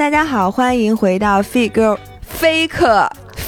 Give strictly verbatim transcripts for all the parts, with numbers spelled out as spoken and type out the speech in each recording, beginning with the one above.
大家好，欢迎回到 Fake Girl Fake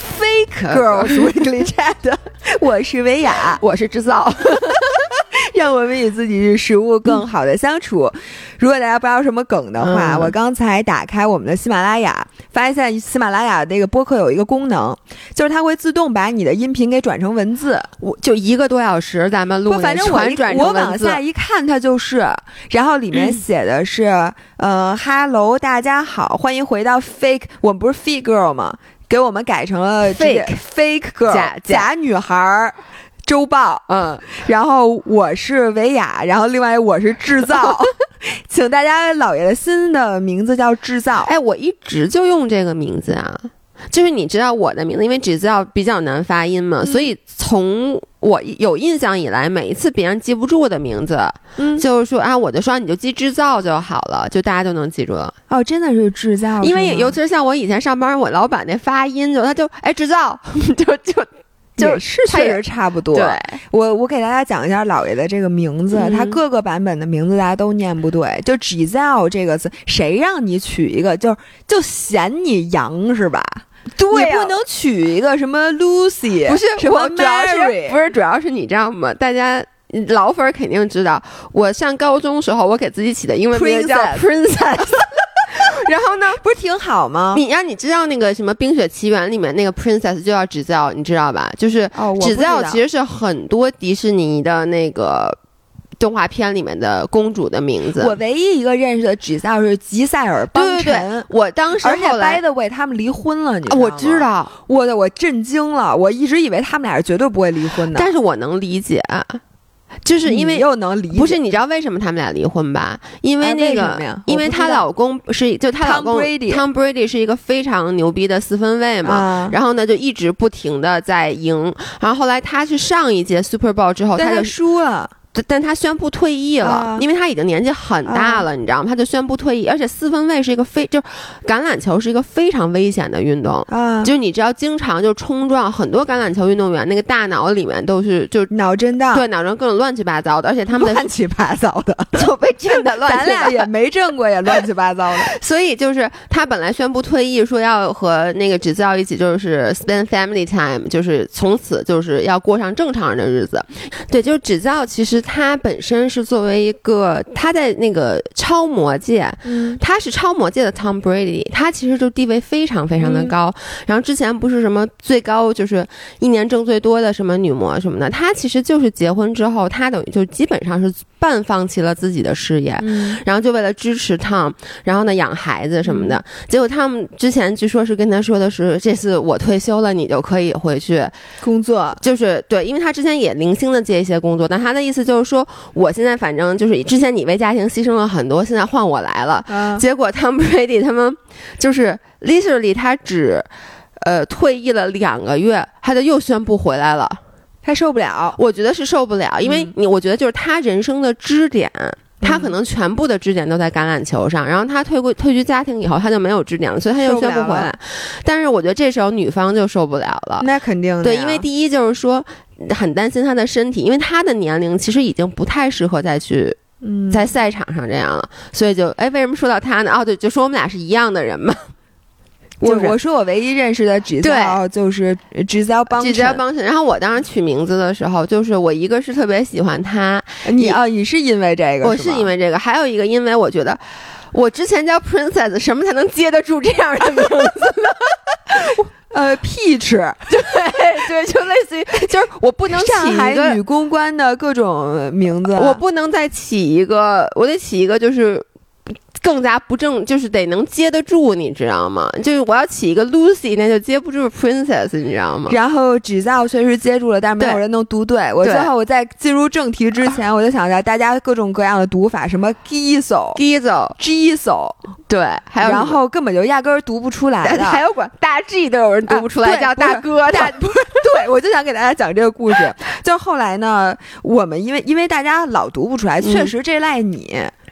Fake Girls Weekly Chat， 我是维雅， 我是制造。 让我们与自己与食物更好的相处。如果大家不知道什么梗的话、嗯、我刚才打开我们的喜马拉雅，发现喜马拉雅这个播客有一个功能，就是它会自动把你的音频给转成文字。 我就一个多小时咱们录， 反正我我往下一看它就是，然后里面写的是、嗯、呃 Hello 大家好，欢迎回到 Fake， 我们不是 Fake Girl 吗？给我们改成了 Fake Fake Girl 假假女孩周报， 嗯， 然后我是维雅，然后另外我是制造，请大家老爷的新的名字叫制造。 哎，我一直就用这个名字啊，就是你知道我的名字，因为制造比较难发音嘛、嗯，所以从我有印象以来，每一次别人记不住我的名字，嗯，就是说啊，我就说你就记制造就好了，就大家都能记住了。 哦，真的是制造， 因为尤其是像我以前上班，我老板那发音就他就哎制造，就就。 也是确实差不多。 对， 我我给大家讲一下老爷的这个名字、嗯、他各个版本的名字大家都念不对，就 Giselle 这个词谁让你取一个就就嫌你洋是吧？对、啊、你不能取一个什么 Lucy， 不是什么 Mary， 不是主要是你知道吗？大家老粉肯定知道，我上高中时候我给自己起的英文名字叫 Princess。然后呢， 不是挺好吗？ 你让你知道那个什么《冰雪奇缘》里面那个 princess 就叫指教，你知道吧？就是指教其实是很多迪士尼的那个动画片里面的公主的名字。 我唯一一个认识的指教是吉赛尔邦辰。 对对对，我当时而且 by the way 他们离婚了，你知道吗？ 我知道， 我的我震惊了，我一直以为他们俩是绝对不会离婚的， 但是我能理解。就是因为又能理解， 不是你知道为什么他们俩离婚吧？因为那个， 为因为她老公是就她老公 Tom Brady, Tom Brady 是一个非常牛逼的四分卫嘛、 啊， 然后呢就一直不停的在赢，然后后来他是上一届 Super Bowl 之后，他就输了。 但他宣布退役了、啊、因为他已经年纪很大了、啊、你知道吗？他就宣布退役，而且四分卫是一个非就橄榄球是一个非常危险的运动啊，就是你知道经常就冲撞，很多橄榄球运动员那个大脑里面都是就脑震荡， 对，脑震各种乱七八糟的，而且他们的乱七八糟的就被震的乱七八糟， 咱俩也没震过，也乱七八糟的。 所以就是他本来宣布退役，说要和那个指教一起就是 spend family time， 就是从此就是要过上正常人的日子。对，就是指教其实他本身是作为一个他在那个超模界、嗯、他是超模界的 Tom Brady， 他其实就地位非常非常的高、嗯、然后之前不是什么最高就是一年挣最多的什么女模什么的，他其实就是结婚之后他等于就基本上是半放弃了自己的事业、嗯、然后就为了支持 Tom 然后呢养孩子什么的、嗯、结果他们之前据说是跟他说的是这次我退休了你就可以回去工作， 就是对，因为他之前也零星的接一些工作，但他的意思就是说我现在反正就是之前你为家庭牺牲了很多，现在换我来了、啊、结果 Tom Brady 他们就是 literally 他只呃退役了两个月他就又宣布回来了， 他受不了， 我觉得是受不了，因为你我觉得就是他人生的支点、嗯、他可能全部的支点都在橄榄球上，然后他退归退居家庭以后他就没有支点了，所以他又宣布回来，但是我觉得这时候女方就受不了了， 那肯定的， 对，因为第一就是说很担心他的身体，因为他的年龄其实已经不太适合再去嗯在赛场上这样了，所以就哎为什么说到他呢？哦对，就说我们俩是一样的人嘛。 我、就是、我说我唯一认识的 Giselle 就是 Giselle 邦辰 Giselle 邦辰，然后我当时取名字的时候，就是我一个是特别喜欢他， 你啊、哦、你是因为这个， 我是因为这个，还有一个因为我觉得我之前叫 Princess， 什么才能接得住这样的名字呢？ 呃 ，Peach， 对对，就类似于，就是我不能起一个上海女公关的各种名字， 我不能再起一个，我得起一个就是更加不正，就是得能接得住，你知道吗？就是我要起一个 Lucy， 那就接不住 Princess， 你知道吗？ 然后指教确实接住了，但是没有人能读对。我最后我在进入正题之前，我就想着大家各种各样的读法，什么 Gizo、Gizo、Gizo， 对，还有然后根本就压根儿读不出来的， 还有管大 G 都有人读不出来，啊、叫大哥的。 大不是对，我就想给大家讲这个故事。就后来呢，我们因为因为大家老读不出来，确实这赖你。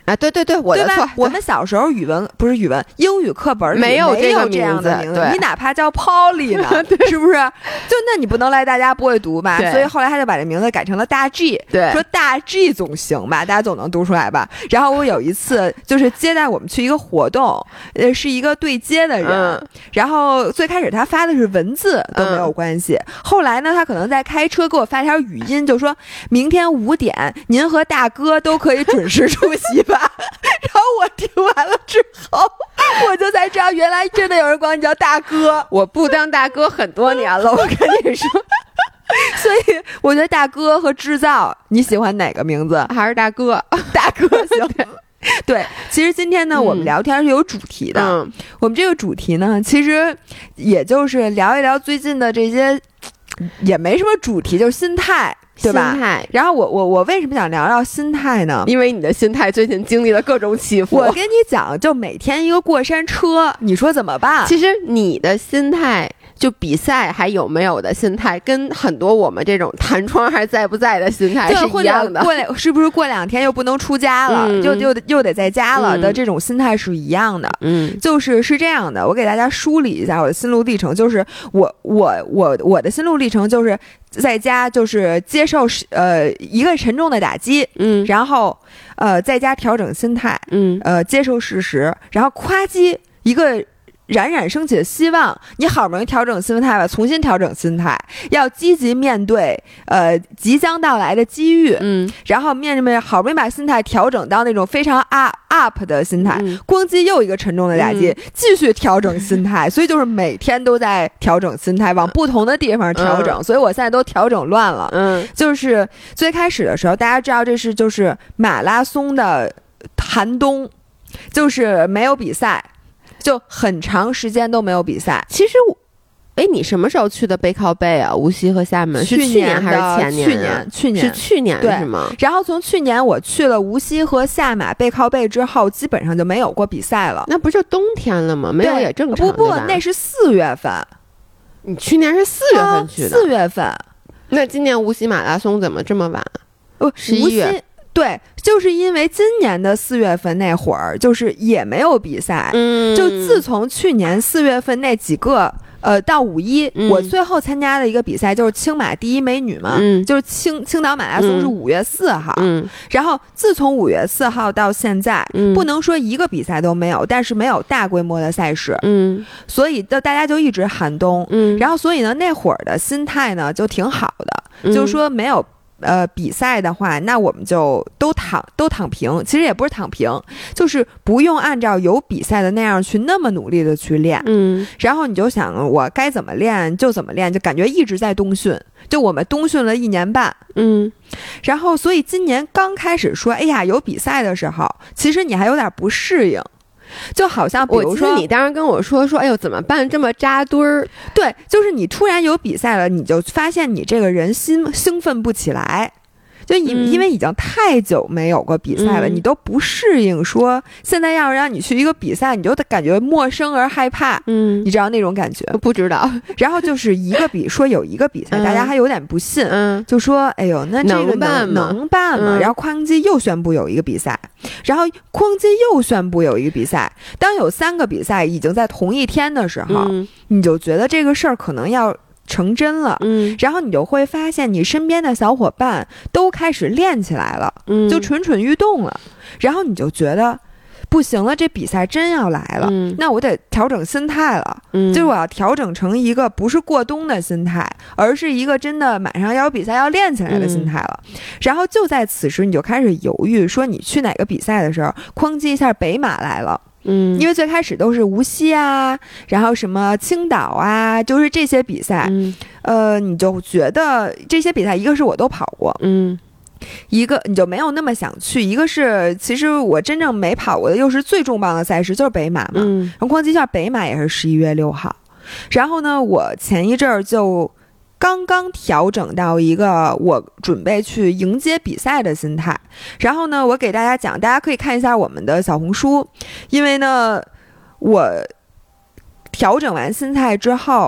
啊，对对对，我的错。 我们小时候语文不是语文，英语课本里没有这个这样的名字， 你哪怕叫 Polly 呢，是不是？就那你不能赖大家不会读吧？所以后来他就把这名字改成了大 G， 对， 说大 G 总行吧，大家总能读出来吧。然后我有一次就是接待我们去一个活动，呃，是一个对接的人， 嗯、 然后最开始他发的是文字都没有关系，嗯、后来呢，他可能在开车给我发条语音，就说明天五点您和大哥都可以准时出席吧。然后我听完了之后，我就才知道原来真的有人管你叫大哥。 我不当大哥很多年了，我跟你说。 所以我觉得大哥和制造，你喜欢哪个名字？ 还是大哥？ 大哥行。对，其实今天呢，嗯、我们聊天是有主题的。 嗯、 我们这个主题呢，其实也就是聊一聊最近的这些，也没什么主题，就是心态。对吧？ 心态。 然后我我我为什么想聊聊心态呢？ 因为你的心态最近经历了各种起伏。 我跟你讲，就每天一个过山车，你说怎么办？ 其实你的心态，就比赛还有没有的心态，跟很多我们这种弹窗还在不在的心态是一样的。 过两是不是过两天又不能出家了， 嗯、 又又又得在家了的这种心态是一样的。 嗯， 就是是这样的，我给大家梳理一下我的心路历程，就是我我我我的心路历程就是在家就是接受呃一个沉重的打击， 嗯， 然后呃在家调整心态， 嗯， 呃接受事实，然后夸叽一个冉冉升起的希望，你好不容易调整心态吧，重新调整心态，要积极面对呃即将到来的机遇， 嗯， 然后面对好不容易把心态调整到那种非常 up up 的心态， 嗯、 咣叽又一个沉重的打击，嗯、继续调整心态，所以就是每天都在调整心态，往不同的地方调整， 嗯、 所以我现在都调整乱了， 嗯， 就是最开始的时候，大家知道这是就是马拉松的寒冬，就是没有比赛。就很长时间都没有比赛。 其实，哎，你什么时候去的背靠背啊？无锡和厦门是去年还是前年、啊？ 去年，去年是去年是吗？ 然后从去年我去了无锡和厦马背靠背之后，基本上就没有过比赛了。 那不就冬天了吗？没有也正常。 不不，那是四月份。 你去年是四月份去的。 四、啊、月份。 那今年无锡马拉松怎么这么晚？ 哦， 十一月。 对，就是因为今年的四月份那会儿，就是也没有比赛。 嗯， 就自从去年四月份那几个，呃，到五一， 嗯、 我最后参加的一个比赛就是青马第一美女嘛， 嗯、 就是青青岛马拉松是五月四号。 嗯， 然后自从五月四号到现在， 嗯、 不能说一个比赛都没有，但是没有大规模的赛事。 嗯， 所以的大家就一直寒冬。 嗯， 然后所以呢，那会儿的心态呢就挺好的， 嗯、 就是说没有。呃，比赛的话，那我们就都躺都躺平，其实也不是躺平，就是不用按照有比赛的那样去那么努力的去练， 嗯， 然后你就想我该怎么练就怎么练，就感觉一直在冬训，就我们冬训了一年半， 嗯， 然后所以今年刚开始说，哎呀，有比赛的时候，其实你还有点不适应。就好像比如说你当时跟我说说哎呦怎么办这么扎堆儿， 对，就是你突然有比赛了，你就发现你这个人兴兴奋不起来，就因、嗯、因为已经太久没有过比赛了、嗯、你都不适应，说现在要让你去一个比赛你就感觉陌生而害怕， 嗯， 你知道那种感觉？ 不知道。 然后就是一个比说有一个比赛、嗯、大家还有点不信， 嗯， 就说哎呦那这个能能办吗？ 能办吗、嗯、然后哐叽又宣布有一个比赛，然后哐叽又宣布有一个比赛，当有三个比赛已经在同一天的时候、 嗯、 你就觉得这个事儿可能要成真了， 嗯， 然后你就会发现你身边的小伙伴都开始练起来了， 嗯， 就蠢蠢欲动了，然后你就觉得不行了，这比赛真要来了， 嗯， 那我得调整心态了， 嗯， 就是我要调整成一个不是过冬的心态，而是一个真的马上要比赛要练起来的心态了、嗯、然后就在此时你就开始犹豫，说你去哪个比赛的时候，哐叽一下北马来了， 嗯， 因为最开始都是无锡啊，然后什么青岛啊，就是这些比赛， 嗯， 呃，你就觉得这些比赛，一个是我都跑过， 嗯， 一个你就没有那么想去，一个是其实我真正没跑过的，又是最重磅的赛事，就是北马嘛， 嗯， 然后哐叽一下北马也是十一月六号，然后呢，我前一阵儿就刚刚调整到一个我准备去迎接比赛的心态，然后呢，我给大家讲，大家可以看一下我们的小红书，因为呢，我调整完心态之后，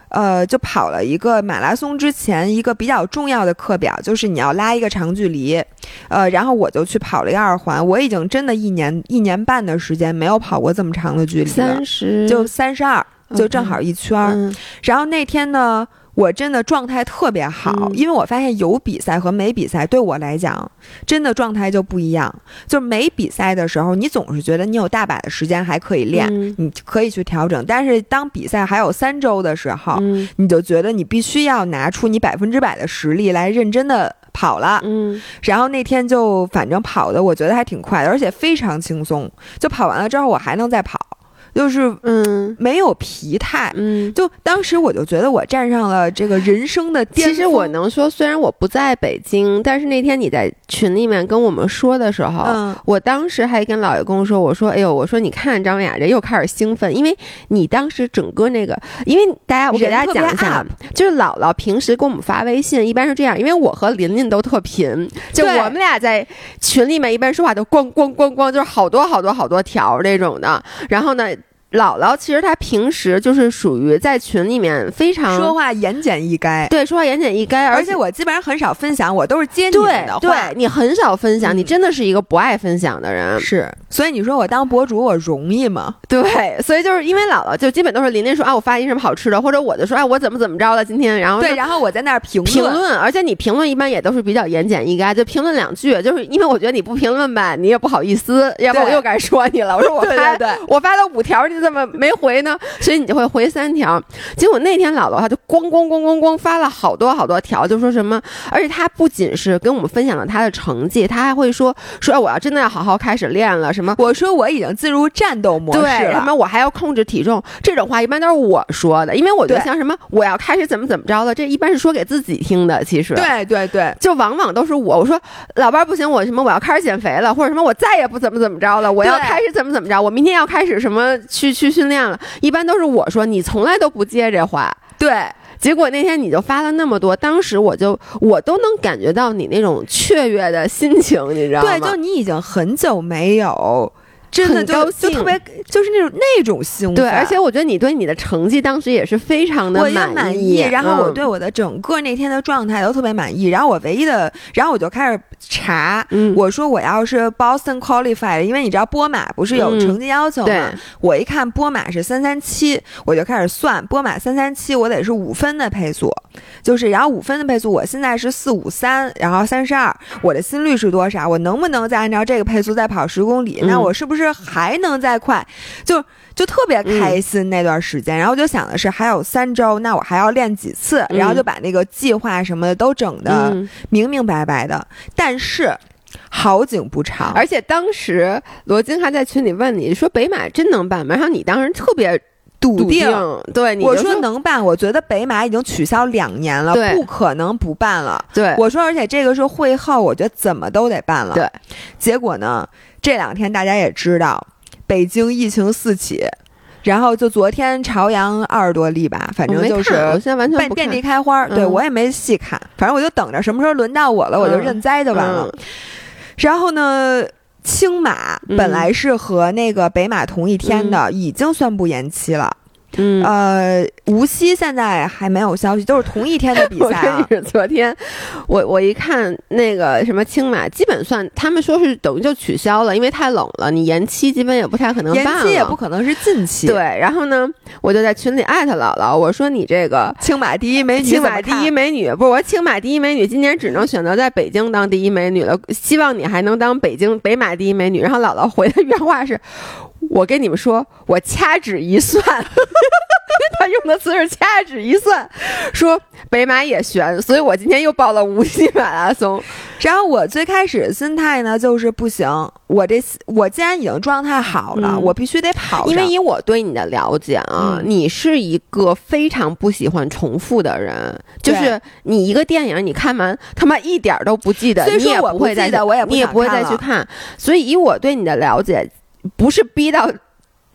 呃，就跑了一个马拉松之前一个比较重要的课表，就是你要拉一个长距离，呃，然后我就去跑了一个二环。我已经真的一年一年半的时间没有跑过这么长的距离了， 三十就三十二，就正好一圈。 嗯、 然后那天呢，我真的状态特别好， 嗯、 因为我发现有比赛和没比赛对我来讲，真的状态就不一样。就是没比赛的时候，你总是觉得你有大把的时间还可以练， 嗯、 你可以去调整。但是当比赛还有三周的时候， 嗯、 你就觉得你必须要拿出你百分之百的实力来认真的跑了。 嗯， 然后那天就反正跑的，我觉得还挺快的，而且非常轻松。就跑完了之后，我还能再跑。就是嗯，没有疲态， 嗯， 就当时我就觉得我站上了这个人生的巅峰。 其实我能说，虽然我不在北京，但是那天你在群里面跟我们说的时候， 嗯， 我当时还跟老爷公说，我说，哎呦，我说你看张雅这又开始兴奋，因为你当时整个那个，因为大家我给大家讲一下，就是姥姥平时给我们发微信一般是这样，因为我和琳琳都特贫，就我们俩在群里面一般说话都咣咣咣咣，就是好多好多好多条这种的，然后呢。姥姥其实她平时就是属于在群里面非常说话言简意赅， 对，说话言简意赅， 而且我基本上很少分享，我都是接你们的话， 对，对你很少分享、嗯，你真的是一个不爱分享的人， 是，所以你说我当博主我容易吗？ 对，所以就是因为姥姥就基本都是琳琳说啊，我发一什么好吃的，或者我就说哎，我怎么怎么着了今天，然后对，然后我在那儿评论评论，而且你评论一般也都是比较言简意赅，就评论两句，就是因为我觉得你不评论吧，你也不好意思，要不我又该说你了，我说我发对对对我发了五条，你怎么没回？所以你就会回三条，结果那天姥姥她就咣咣咣咣咣发了好多好多条，就说什么，而且她不仅是跟我们分享了她的成绩，她还会说说、哎、我要真的要好好开始练了，什么我说我已经进入战斗模式了， 对，什么我还要控制体重，这种话一般都是我说的，因为我觉得像什么我要开始怎么怎么着了，这一般是说给自己听的，其实对对对， 就往往都是我我说老伴不行，我什么我要开始减肥了，或者什么我再也不怎么怎么着了，我要开始怎么怎么着，我明天要开始什么去去训练了，一般都是我说，你从来都不接这话， 对。 结果那天你就发了那么多，当时我就我都能感觉到你那种雀跃的心情，你知道吗？ 对，就你已经很久没有。真的就高兴就特别就是那种那种兴奋， 对，而且我觉得你对你的成绩当时也是非常的满意， 满意然后我对我的整个那天的状态都特别满意、嗯、然后我唯一的然后我就开始查、嗯、我说我要是 Boston Qualified， 因为你知道波马不是有成绩要求吗、嗯、我一看波马是三三七，我就开始算波马三三七我得是五分的配速，就是然后五分的配速我现在是四五三，然后三十二，我的心率是多少，我能不能再按照这个配速再跑十公里、嗯、那我是不是还能再快，就就特别开心那段时间、嗯、然后就想的是还有三周，那我还要练几次、嗯、然后就把那个计划什么的都整得明明白白的、嗯、但是好景不长， 而且当时罗京还在群里问你说北马真能办吗，然后你当时特别笃定， 对， 我说能办，我觉得北马已经取消两年了，不可能不办了。 对， 我说，而且这个是会后，我觉得怎么都得办了。 对， 结果呢，这两天大家也知道，北京疫情四起，然后就昨天朝阳二十多例吧，反正就是我现在完全不看遍地开花。对、嗯、我也没细看，反正我就等着什么时候轮到我了，我就认栽就完了。嗯、然后呢？青马本来是和那个北马同一天的、嗯、已经宣布延期了，嗯，呃，无锡现在还没有消息，都是同一天的比赛、啊。 我跟你说，昨天我我一看那个什么青马，基本算他们说是等于就取消了，因为太冷了，你延期基本也不太可能办了， 延期也不可能是近期。 对，然后呢，我就在群里艾特姥姥，我说你这个青马第一美女， 青马第一美女，不是我说青马第一美女，今年只能选择在北京当第一美女了，希望你还能当北京北马第一美女。然后姥姥回的原话是，我跟你们说，我掐指一算。他用的词是掐指一算，说北马也悬，所以我今天又报了无锡马拉松。 然后我最开始的心态呢，就是不行，我这我既然已经状态好了、嗯，我必须得跑上。 因为以我对你的了解啊、嗯，你是一个非常不喜欢重复的人，就是你一个电影你看完他妈一点都不记得， 所以说我不记得，我也不你也不会再去看。所以以我对你的了解，不是逼到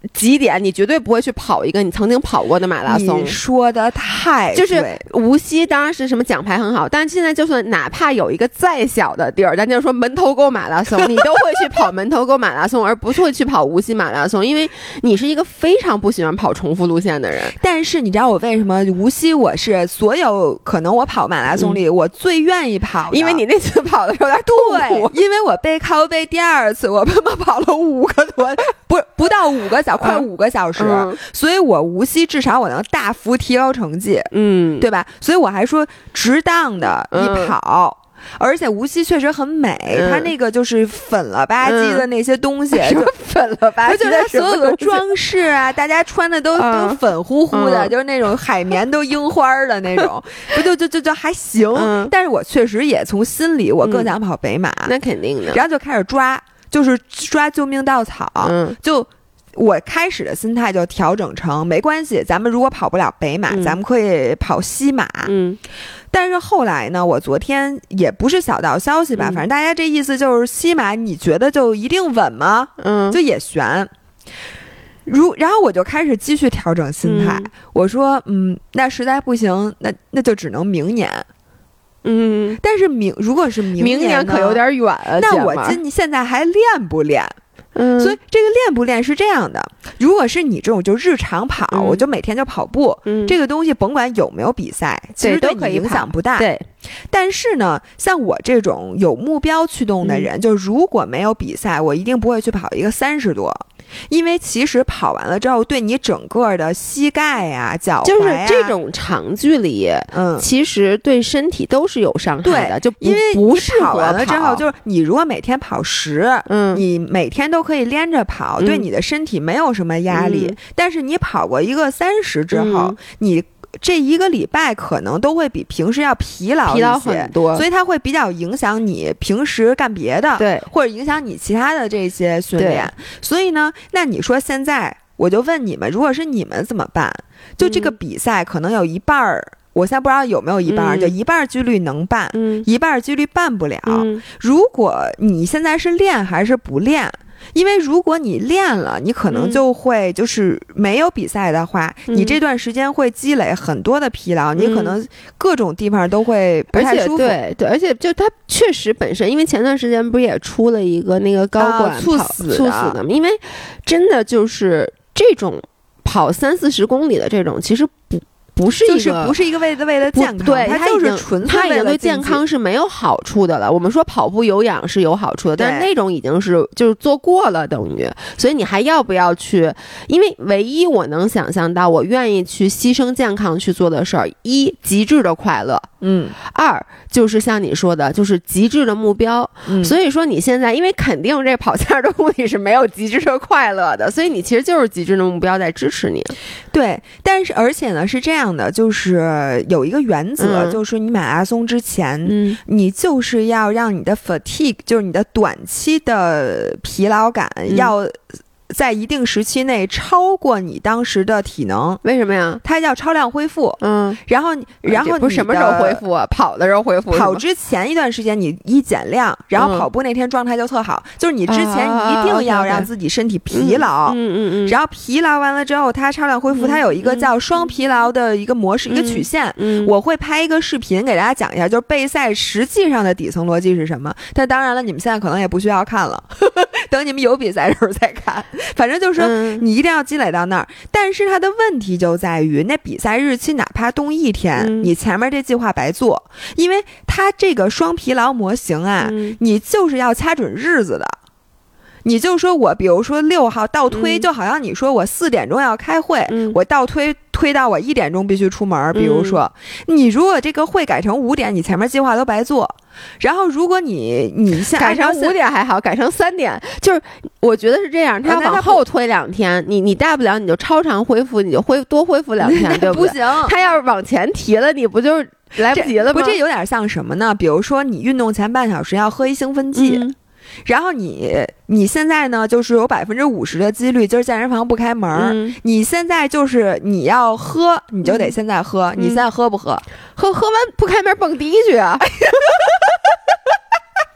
极点，你绝对不会去跑一个你曾经跑过的马拉松。 你说的太就是无锡当然是什么奖牌很好，但是现在就算哪怕有一个再小的地儿，咱就说门头沟马拉松，你都会去跑门头沟马拉松，而不会去跑无锡马拉松，因为你是一个非常不喜欢跑重复路线的人。 但是你知道我为什么无锡我是所有可能我跑马拉松里、嗯、我最愿意跑的， 因为你那次跑的有点痛苦。 对，因为我背靠背第二次我他妈跑了五个多，不不到五个小，快五个小时、嗯，所以我无锡至少我能大幅提高成绩，嗯，对吧？所以我还说值当的一跑。嗯，而且无锡确实很美、嗯、它那个就是粉了吧唧的那些东西、嗯、 就粉了吧唧的， 就是它所有的装饰啊，大家穿的都、嗯、都粉乎乎的、嗯、就是那种海绵都樱花的那种不就就就就还行、嗯、但是我确实也从心里我更想跑北马、嗯、 那肯定的， 然后就开始抓，就是抓救命稻草、嗯、就我开始的心态就调整成没关系，咱们如果跑不了北马、嗯、咱们可以跑西马。嗯，但是后来呢，我昨天也不是小道消息吧、嗯、反正大家这意思就是西马你觉得就一定稳吗？嗯，就也悬。如然后我就开始继续调整心态、嗯、我说嗯那实在不行那那就只能明年。嗯，但是明如果是明年明年可有点远啊， 那我今现在还练不练？嗯，所以这个练不练是这样的，如果是你这种就日常跑、嗯、我就每天就跑步、嗯、这个东西甭管有没有比赛其实对你影响不大， 对。 但是呢像我这种有目标驱动的人、嗯、就如果没有比赛我一定不会去跑一个三十多，因为其实跑完了之后对你整个的膝盖啊脚踝啊就是这种长距离嗯，其实对身体都是有伤害的，就因为不是跑完了之后就是你如果每天跑十嗯，你每天都可以连着跑、嗯、对你的身体没有什么压力、嗯、但是你跑过一个三十之后、嗯、你这一个礼拜可能都会比平时要疲劳一些， 疲劳很多， 所以它会比较影响你平时干别的， 对， 或者影响你其他的这些训练。所以呢，那你说现在我就问你们，如果是你们怎么办？就这个比赛可能有一半儿、嗯，我现在不知道有没有一半儿、嗯，就一半几率能办，嗯，一半几率办不了、嗯。如果你现在是练还是不练？因为如果你练了你可能就会就是没有比赛的话、嗯、你这段时间会积累很多的疲劳、嗯、你可能各种地方都会不太舒服， 对对，而且就它确实本身因为前段时间不是也出了一个那个高管、啊、 猝死猝死的，因为真的就是这种跑三四十公里的这种其实不不是一个、 就是不是一个为了为了健康， 对， 它就是纯粹为了它已经对健康是没有好处的了。我们说跑步有氧是有好处的，但是那种已经是就是做过了等于，所以你还要不要去？因为唯一我能想象到我愿意去牺牲健康去做的事儿，一极致的快乐，嗯，二就是像你说的，就是极致的目标。嗯，所以说你现在因为肯定这跑线的目的是没有极致的快乐的，所以你其实就是极致的目标在支持你。 对，但是而且呢是这样的，就是有一个原则、嗯、就是你马拉松之前、嗯、你就是要让你的 fatigue 就是你的短期的疲劳感、嗯、要在一定时期内超过你当时的体能。 为什么呀？ 它叫超量恢复。嗯，然后然后不是什么时候恢复啊？跑的时候恢复。 跑之前一段时间你一减量，然后跑步那天状态就特好、嗯、就是你之前一定要让自己身体疲劳。 嗯嗯嗯。 然后疲劳完了之后它超量恢复、嗯、它有一个叫双疲劳的一个模式、嗯、一个曲线、嗯、我会拍一个视频给大家讲一下，就是备赛实际上的底层逻辑是什么。但当然了你们现在可能也不需要看了等你们有比赛的时候再看。反正就是说你一定要积累到那儿、嗯、但是它的问题就在于那比赛日期哪怕动一天、嗯、你前面这计划白做，因为它这个双疲劳模型啊、嗯、你就是要掐准日子的。你就说我比如说六号倒推、嗯、就好像你说我四点钟要开会、嗯、我倒推推到我一点钟必须出门，比如说、嗯、你如果这个会改成五点，你前面计划都白做。然后如果你你现改成五点还好，改成三点就是我觉得是这样，他要往后推两天，你你大不了你就超长恢复，你就恢多恢复两天对不对？ 不行， 他要是往前提了你不就来不及了吗？ 不，这有点像什么呢？比如说你运动前半小时要喝一兴奋剂、嗯，然后你你现在呢就是有百分之五十的几率就是健身房不开门、嗯、你现在就是你要喝你就得现在喝、嗯、你现在喝不喝？ 喝喝完不开门蹦迪去啊那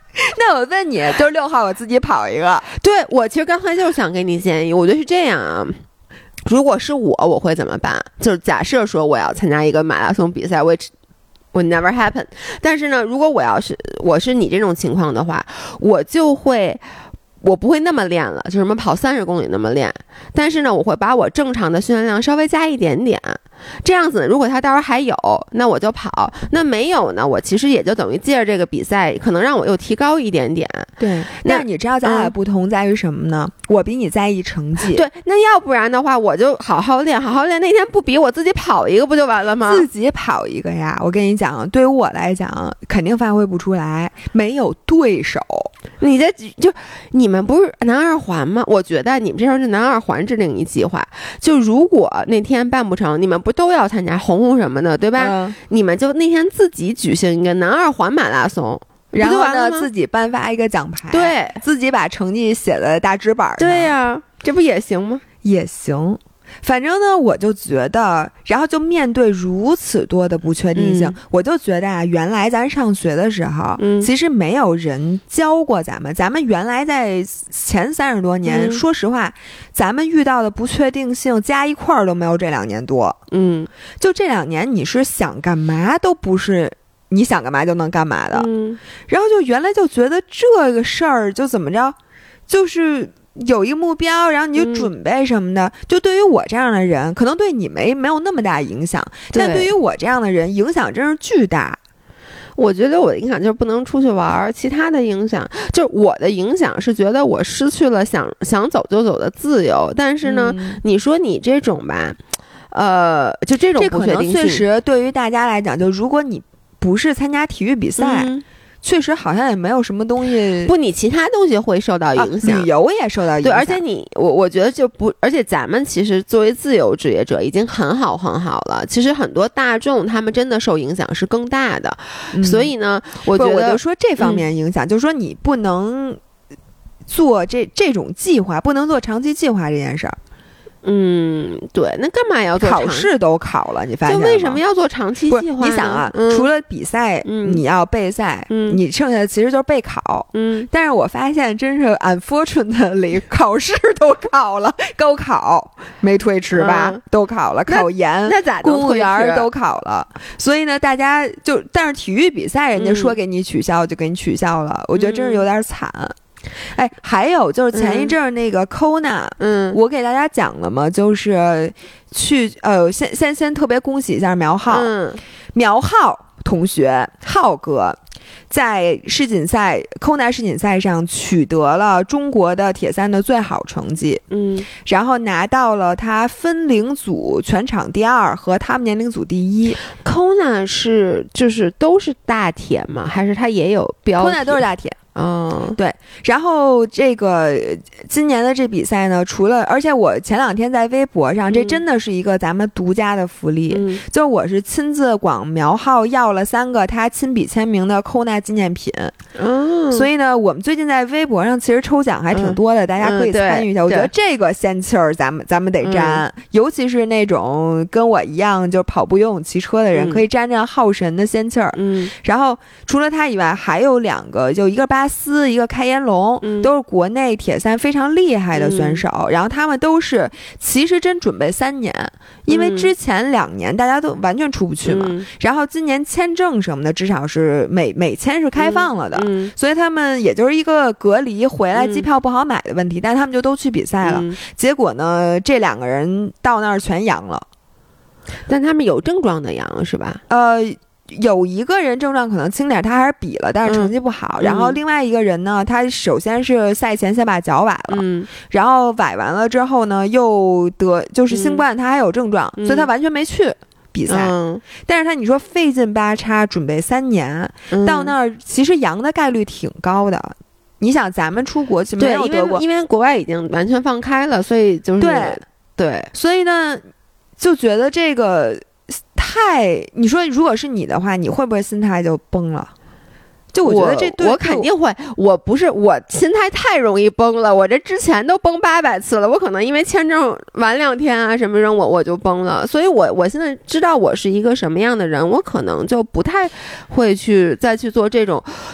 那我问你，就是六号我自己跑一个。 对，我其实刚才就是想给你建议，我觉得是这样啊。如果是我，我会怎么办？就是假设说我要参加一个马拉松比赛 ，which would never happen。但是呢，如果我要是我是你这种情况的话，我就会。我不会那么练了，就什么跑三十公里那么练，但是呢，我会把我正常的训练量稍微加一点点，这样子，如果他到时候还有，那我就跑；那没有呢，我其实也就等于借着这个比赛，可能让我又提高一点点。 对，那你知道咱俩不同在于什么呢？嗯、我比你在意成绩。 对，那要不然的话，我就好好练，好好练。那天不比，我自己跑一个不就完了吗？ 自己跑一个呀！我跟你讲，对于我来讲，肯定发挥不出来，没有对手。 你这就你们不是南二环吗？我觉得你们这时候是南二环制定一计划，就如果那天办不成，你们不都要参加红红什么的，对吧？嗯、你们就那天自己举行一个南二环马拉松， 然后呢自己颁发一个奖牌， 对， 自己把成绩写在大纸板上， 对呀、啊，这不也行吗？ 也行。反正呢，我就觉得，然后就面对如此多的不确定性，嗯、我就觉得啊，原来咱上学的时候，嗯、其实没有人教过咱们。咱们原来在前三十多年，嗯、说实话，咱们遇到的不确定性加一块儿都没有这两年多。 嗯， 就这两年，你是想干嘛都不是你想干嘛就能干嘛的。 嗯， 然后就原来就觉得这个事儿就怎么着，就是有一个目标，然后你就准备什么的。嗯、就对于我这样的人，可能对你没没有那么大影响，但对于我这样的人，影响真是巨大。 我觉得我的影响就是不能出去玩，其他的影响就是我的影响是觉得我失去了想想走就走的自由。但是呢，嗯、你说你这种吧，呃，就这种不确定性， 这可能确实对于大家来讲，就如果你不是参加体育比赛。嗯确实好像也没有什么东西， 不，你其他东西会受到影响， 啊、旅游也受到影响。 对，而且你我我觉得就不，而且咱们其实作为自由职业者已经很好很好了。其实很多大众他们真的受影响是更大的，嗯、所以呢，我觉得我就说这方面影响，嗯、就是说你不能做这这种计划，不能做长期计划这件事儿。 嗯，对，那干嘛要做考试都考了？你发现就为什么要做长期计划呢？ 你想啊， 嗯、 除了比赛，嗯、你要备赛，嗯、你剩下的其实就是备考。 嗯， 但是我发现真是 unfortunately 考试都考了，高考没推迟吧？嗯、都考了，考研那咋公务员都考了。所以呢，大家就但是体育比赛，人家说给你取消、嗯、就给你取消了，我觉得真是有点惨。哎，还有就是前一阵儿那个 Kona， 嗯， 我给大家讲了嘛，就是去呃，先先先特别恭喜一下苗浩， 嗯， 苗浩同学，浩哥在世锦赛 Kona 世锦赛上取得了中国的铁三的最好成绩， 嗯， 然后拿到了他分龄组全场第二和他们年龄组第一。 Kona 是就是都是大铁吗？还是他也有标铁？ Kona 都是大铁。 嗯， 对，然后这个今年的这比赛呢，除了，而且我前两天在微博上，这真的是一个咱们独家的福利， 嗯、 就我是亲自广苗浩要了三个他亲笔签名的 Kona 纪念品， 嗯， 所以呢，我们最近在微博上其实抽奖还挺多的，嗯、大家可以参与一下。 嗯、 我觉得这个仙气儿咱们咱们得沾，嗯、尤其是那种跟我一样就跑步、游泳、骑车的人，嗯、可以沾沾浩神的仙气儿。 嗯， 然后除了他以外，还有两个，就一个巴斯，一个开颜龙， 嗯、 都是国内铁三非常厉害的选手。嗯、然后他们都是其实真准备三年，因为之前两年大家都完全出不去嘛。 嗯、 然后今年签证什么的，至少是美美签是开放了的， 嗯、 所以他们也就是一个隔离回来机票不好买的问题，嗯、但他们就都去比赛了。 嗯、 结果呢，这两个人到那儿全阳了， 但他们有症状的阳是吧？ 呃。有一个人症状可能轻点，他还是比了，但是成绩不好。 嗯、 然后另外一个人呢，他首先是赛前先把脚崴了， 嗯、 然后崴完了之后呢，又得就是新冠，他还有症状， 嗯、 所以他完全没去比赛。 嗯、 但是他你说费劲巴叉准备三年， 嗯、 到那儿其实阳的概率挺高的。你想咱们出国没有得过， 因为因为国外已经完全放开了，所以就是对对， 所以呢，就觉得这个。太，你说如果是你的话，你会不会心态就崩了？就我觉得这对我肯定会，我不是我心态太容易崩了，我这之前都崩八百次了，我可能因为签证晚两天啊什么人我我就崩了，所以我我现在知道我是一个什么样的人，我可能就不太会去再去做这种，就是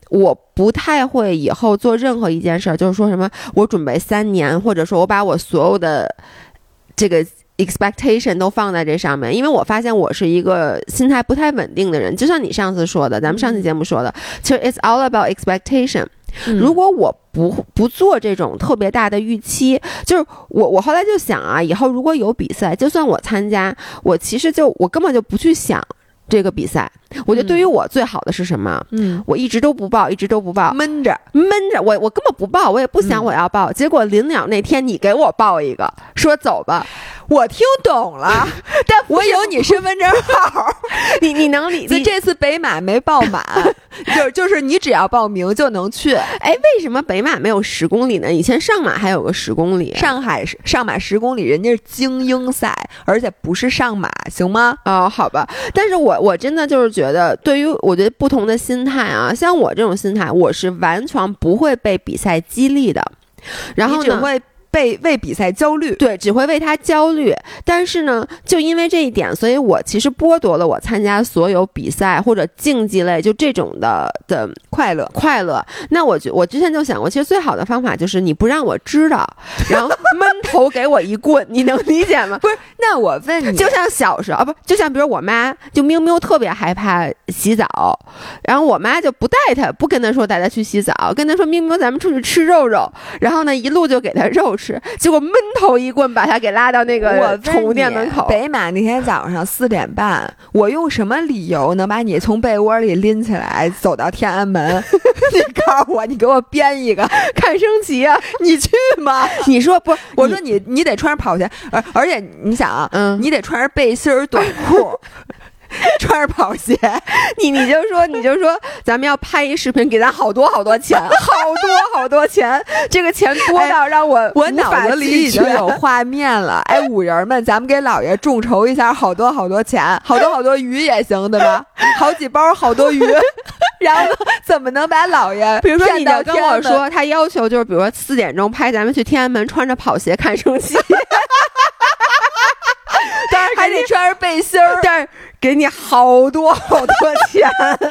我不太会以后做任何一件事儿，就是说什么我准备三年，或者说我把我所有的这个 expectation 都放在这上面，因为我发现我是一个心态不太稳定的人，就像你上次说的，咱们上期节目说的，其实 it's all about expectation。 嗯、 如果我不不做这种特别大的预期，就是我我后来就想啊，以后如果有比赛，就算我参加，我其实就我根本就不去想这个比赛。我觉得对于我最好的是什么？嗯，我一直都不报，一直都不报， 闷着闷着，我我根本不报，我也不想我要报。嗯、结果临了那天，你给我报一个，说走吧， 我听懂了，但我有你身份证号， 你你能理？ 你这次北马没报满，就就是你只要报名就能去。 哎，为什么北马没有十公里呢？以前上马还有个十公里， 上海上马十公里，人家是精英赛，而且不是上马，行吗？ 哦，好吧，但是我我真的就是觉得，对于我觉得不同的心态啊，像我这种心态，我是完全不会被比赛激励的，然后呢， 你只会被为比赛焦虑， 对，只会为他焦虑。但是呢，就因为这一点，所以我其实剥夺了我参加所有比赛或者竞技类就这种的的快乐快乐。那我我之前就想过，其实最好的方法就是你不让我知道，然后闷头给我一棍，你能理解吗？ 不是，那我问你， 就像小时候啊，不，就像比如我妈，就喵喵特别害怕洗澡，然后我妈就不带她，不跟她说带她去洗澡，跟她说喵喵咱们出去吃肉肉，然后呢一路就给她肉吃。结果闷头一棍把他给拉到那个宠物店门口。 北马那天早上四点半，我用什么理由能把你从被窝里拎起来走到天安门？你告诉我，你给我编一个看升旗啊！ 你去吗？ 你说不？ 我说你你得穿着跑鞋，而而且你想啊，嗯，你得穿着背心儿短裤。穿着跑鞋， 你你就说你就说咱们要拍一视频，给咱好多好多钱，好多好多钱，这个钱多到让我、哎、 我脑子里已经有画面了。哎，五人们，咱们给老爷众筹一下，好多好多钱，好多好多鱼也行，对吧？好几包好多鱼，然后怎么能把老爷？ 比如说，你就跟我说，他要求就是，比如说四点钟拍，咱们去天安门，穿着跑鞋看升旗。 当然还得穿着背心儿， 但是给你好多好多钱。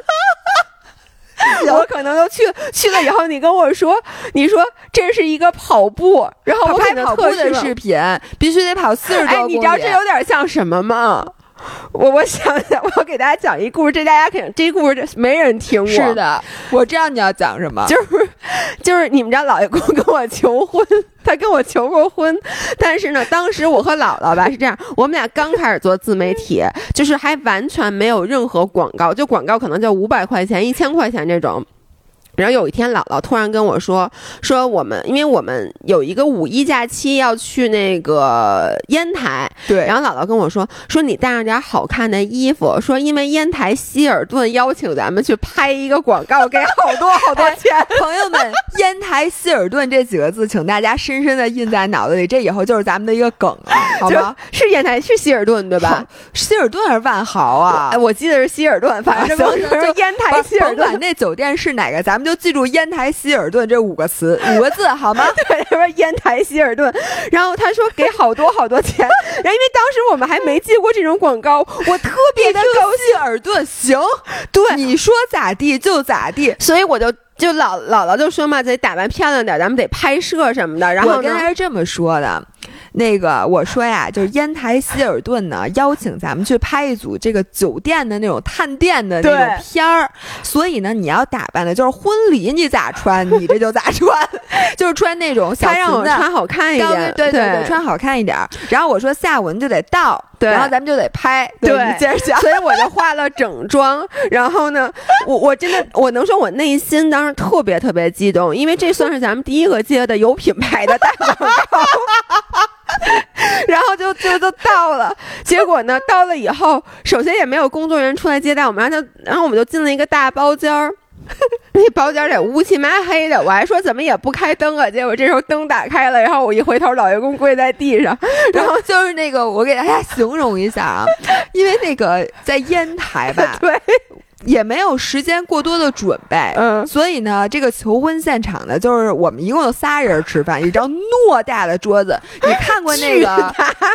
我可能都去去了以后，你跟我说，你说这是一个跑步，然后我拍跑步的视频，必须得跑四十多公里。 哎，你知道这有点像什么吗？我我想想，我给大家讲一故事，这大家肯定这故事没人听过。 是的，我知道你要讲什么， 就是就是你们家老爷公跟我求婚，他跟我求过婚，但是呢，当时我和姥姥吧是这样，我们俩刚开始做自媒体，就是还完全没有任何广告，就广告可能就五百块钱、一千块钱这种。然后有一天，姥姥突然跟我说：“说我们，因为我们有一个五一假期要去那个烟台， 对。 然后姥姥跟我说：说你带上点好看的衣服，说因为烟台希尔顿邀请咱们去拍一个广告，给好多好多钱。 朋友们，烟台希尔顿这几个字，请大家深深的印在脑子里，这以后就是咱们的一个梗了，好吗？ 是烟台，是希尔顿对吧？ 希尔顿还是万豪啊？ 我, 我记得是希尔顿，反正就是烟台希尔顿。 甭管那酒店是哪个，咱们就记住烟台希尔顿这五个词，五个字好吗？ 对，他说烟台希尔顿，然后他说给好多好多钱，然后因为当时我们还没接过这种广告，我特别的高兴。 希尔顿行，对，你说咋地就咋地， 所以我就就姥姥姥就说嘛，得打扮漂亮点，咱们得拍摄什么的。然后我跟他是这么说的。那个我说呀，就是烟台希尔顿呢邀请咱们去拍一组这个酒店的那种探店的那种片儿，所以呢你要打扮的就是婚礼你咋穿你这就咋穿，就是穿那种小裙子， 他让我穿好看一点， 对对 对, 对，穿好看一点。然后我说下午你就得到， 对， 然后咱们就得拍，对， 对， 你接着讲。 所以我就化了整妆，然后呢，我我真的我能说我内心当时特别特别激动，因为这算是咱们第一个接的有品牌的大广告。然后就就就到了，结果呢，到了以后，首先也没有工作人员出来接待我们，然后就然后我们就进了一个大包间儿，那包间得乌漆麻黑的，我还说怎么也不开灯啊，结果这时候灯打开了，然后我一回头，老爷公跪在地上， 然后就是那个我给大家形容一下啊，因为那个在烟台吧， 对。 也没有时间过多的准备， 嗯， 所以呢，这个求婚现场呢，就是我们一共有仨人吃饭，一张偌大的桌子。你看过那个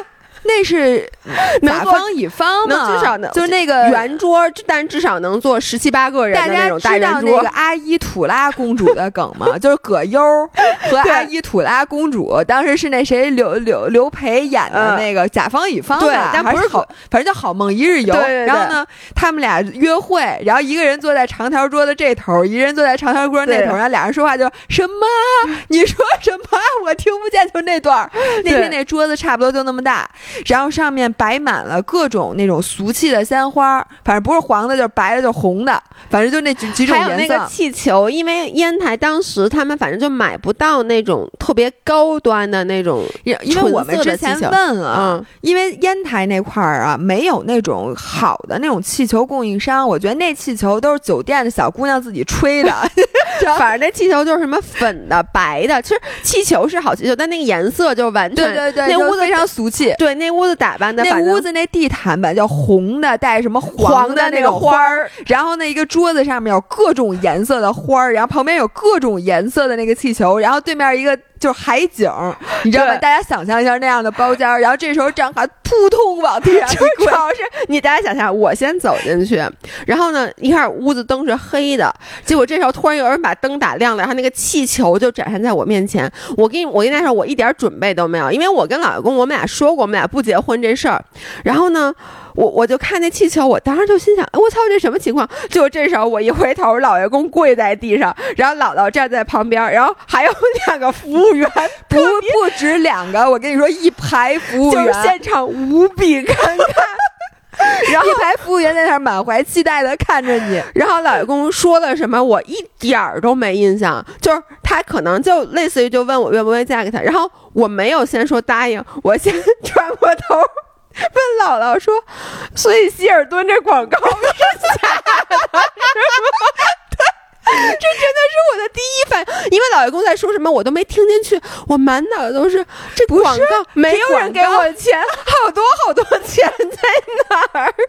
那是甲方乙方嘛， 能至少能就是那个圆桌，但至少能坐十七八个人的那种大圆桌。 大家知道那个阿依土拉公主的梗吗？就是葛优和阿依土拉公主，当时是那谁刘刘刘培演的那个甲方乙方吧， 对，但不是好，反正叫好梦一日游。 对对对， 然后呢，他们俩约会，然后一个人坐在长条桌的这头，一个人坐在长条桌那头，然后俩人说话就什么？你说什么？我听不见，就那段。那天那桌子差不多就那么大，然后上面摆满了各种那种俗气的鲜花，反正不是黄的，就是白的，就是红的，反正就那几几种颜色。 还有那个气球，因为烟台当时他们反正就买不到那种特别高端的那种， 因为我们之前问了， 嗯， 因为烟台那块儿啊没有那种好的那种气球供应商，我觉得那气球都是酒店的小姑娘自己吹的。 反正那气球就是什么粉的、白的，其实气球是好气球，但那个颜色就完全对对对， 那屋子非常俗气。 对，那屋子打扮的， 那屋子那地毯本叫红的，带什么黄的那个花儿，然后那一个桌子上面有各种颜色的花儿，然后旁边有各种颜色的那个气球，然后对面一个就是海景，你知道吧？大家想象一下那样的包间，然后这时候张翰扑通往地上一跪。 主要是你大家想象，我先走进去，然后呢，一开始屋子灯是黑的，结果这时候突然有人把灯打亮了，然后那个气球就展现在我面前。我跟你我跟他说，我一点准备都没有，因为我跟老公我们俩说过，我们俩不结婚这事儿。然后呢，我我就看那气球，我当时就心想，我操，这什么情况？结果这时候我一回头，老爷公跪在地上，然后姥姥站在旁边，然后还有两个服务员， 不不止两个，我跟你说，一排服务员， 就是现场无比尴尬。 然后一排服务员在那儿满怀期待的看着你， 然后老爷公说了什么，我一点儿都没印象。就是他可能就类似于就问我愿不愿意嫁给他，然后我没有先说答应，我先转过头问姥姥说，所以希尔顿这广告是假的是吗？这真的是我的第一反应，因为老爷公在说什么我都没听进去，我满脑子都是这广告，没有人给我钱，好多好多钱在哪儿？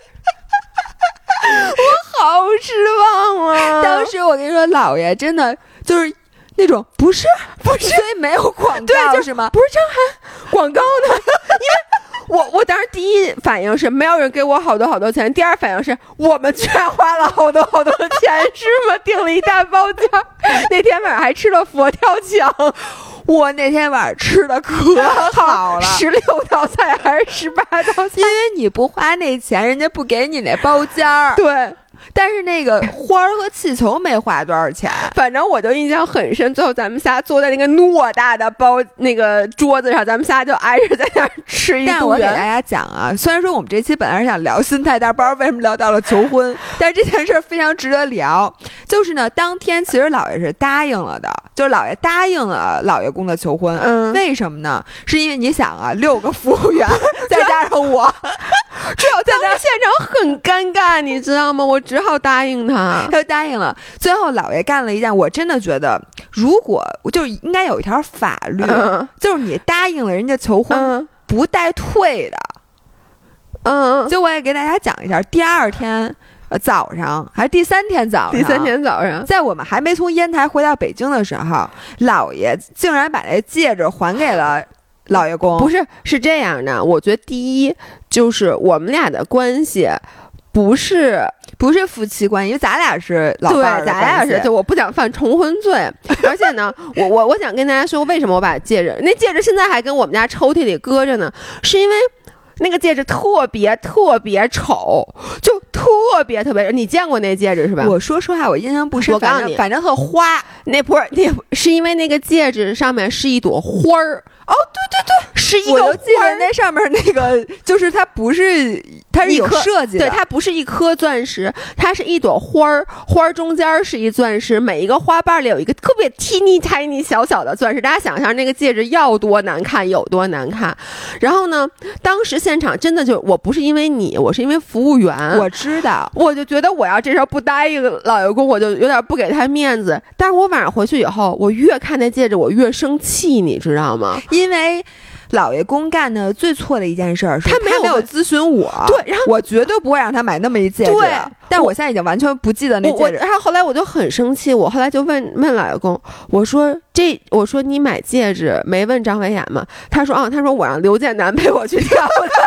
我好失望啊！ 当时我跟你说，姥爷真的就是那种不是不是，所以没有广告， 对，就是吗？ 不是张翰广告呢？因为。我我当时第一反应是没有人给我好多好多钱，第二反应是我们居然花了好多好多钱，是吗？订了一大包间，那天晚上还吃了佛跳墙， 我那天晚上吃的可好了， 十六道菜还是十八道菜？ 因为你不花那钱，人家不给你那包间儿。 对。 但是那个花儿和气球没花多少钱， 反正我就印象很深。最后咱们仨坐在那个偌大的包那个桌子上，咱们仨就挨着在那儿吃一顿。 但我给大家讲啊，虽然说我们这期本来是想聊心态，但是不知道为什么聊到了求婚，但是这件事非常值得聊。就是呢，当天其实姥爷是答应了的，就是姥爷答应了老爷公的求婚。 嗯， 为什么呢？是因为你想啊，六个服务员再加上我， 只有在那现场很尴尬，你知道吗？我只好答应他， 他就答应了。最后姥爷干了一件我真的觉得，如果就是应该有一条法律，嗯、就是你答应了人家求婚、嗯、不带退的。 嗯， 就我也给大家讲一下，第二天呃早上还是第三天早上， 第三天早上， 在我们还没从烟台回到北京的时候，姥爷竟然把那戒指还给了老爷公。 不是，是这样的，我觉得第一就是我们俩的关系不是不是夫妻关系，因为咱俩是老伴儿的关系， 对，咱俩是，就我不想犯重婚罪。而且呢，我我我想跟大家说，为什么我把戒指，那戒指现在还跟我们家抽屉里搁着呢，是因为那个戒指特别特别丑，就特别特别。你见过那戒指是吧？ 我说实话，我印象不深。 我告诉你， 反正特花。 那不是，那是因为那个戒指上面是一朵花儿。 哦，对对对， 是一个花儿。 我就记得那上面那个，就是它不是，它是有设计的， 对，它不是一颗钻石，它是一朵花儿，花儿中间是一钻石，每一个花瓣里有一个特别 teeny tiny 小小的钻石。大家想象那个戒指要多难看有多难看。然后呢，当时现场真的就，我不是因为你，我是因为服务员， 我知道， 我就觉得我要这时候不答应老爷公，我就有点不给他面子。但是我晚上回去以后，我越看那戒指，我越生气，你知道吗？ 因为老爷公干的最错的一件事是， 他没有没有咨询我， 对，然后我绝对不会让他买那么一戒指。 对， 但我现在已经完全不记得那戒指。 然后后来我就很生气，我后来就问问老爷公，我说这，我说你买戒指没问张维雅吗？他说啊，他说我让刘建南陪我去挑的。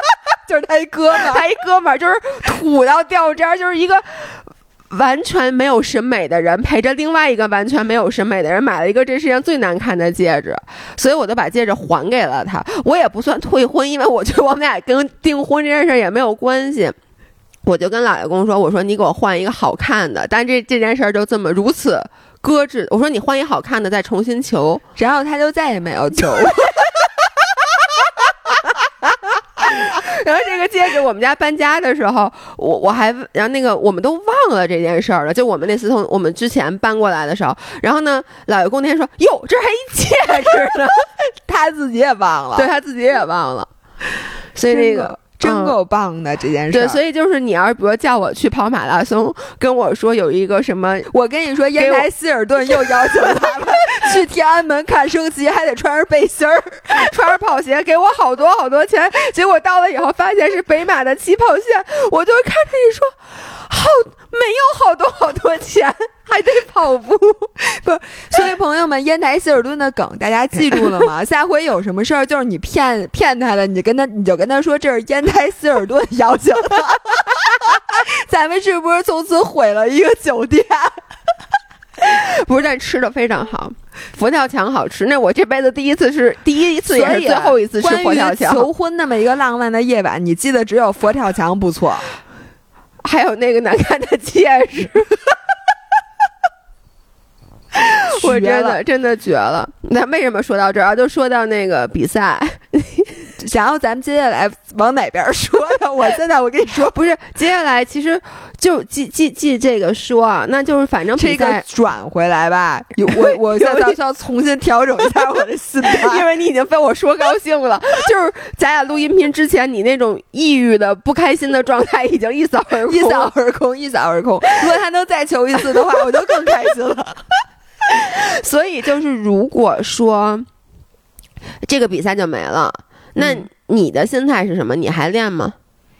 就是他一哥们儿， 他一哥们儿就是土到掉渣，就是一个完全没有审美的人陪着另外一个完全没有审美的人买了一个这世界上最难看的戒指，所以我就把戒指还给了他。我也不算退婚，因为我觉得我们俩跟订婚这件事也没有关系。我就跟老爷公说，我说你给我换一个好看的，但这这件事儿就这么如此搁置。我说你换一好看的再重新求， 然后他就再也没有求。 然后这个戒指我们家搬家的时候，我我还然后那个我们都忘了这件事儿了，就我们那次从我们之前搬过来的时候，然后呢老爷公那天说哟这还一戒指呢， 他自己也忘了， 对他自己也忘了，所以那个真够棒的、嗯、这件事。 对，所以就是你要是比如叫我去跑马拉松，跟我说有一个什么， 我跟你说烟台希尔顿又邀请他们去天安门看升旗，还得穿着背心儿穿着跑鞋，给我好多好多钱，结果到了以后发现是北马的起跑线，我就看着你说好没有好多好多钱，还得跑步。 不是，所以朋友们，烟台希尔顿的梗大家记住了吗？下回有什么事儿就是你骗骗他的，你就跟他你就跟他说这是烟台希尔顿邀请的。咱们是不是从此毁了一个酒店？ 不是，但吃的非常好，佛跳墙好吃。那我这辈子第一次是第一次也是最后一次吃佛跳墙。 求婚那么一个浪漫的夜晚，你记得只有佛跳墙不错， 还有那个难看的戒指。我真的真的绝了。那为什么说到这儿就说到那个比赛？ 然后咱们接下来往哪边说呢？我现在我跟你说， 不是接下来其实就记记记这个说啊，那就是反正这个转回来吧。我我现在需要重新调整一下我的心态， 因为你已经被我说高兴了。就是咱俩录音频之前，你那种抑郁的、不开心的状态已经一扫而空， 一扫而空，一扫而空。如果他能再求一次的话，我就更开心了。 所以就是，如果说这个比赛就没了。那你的心态是什么？你还练吗？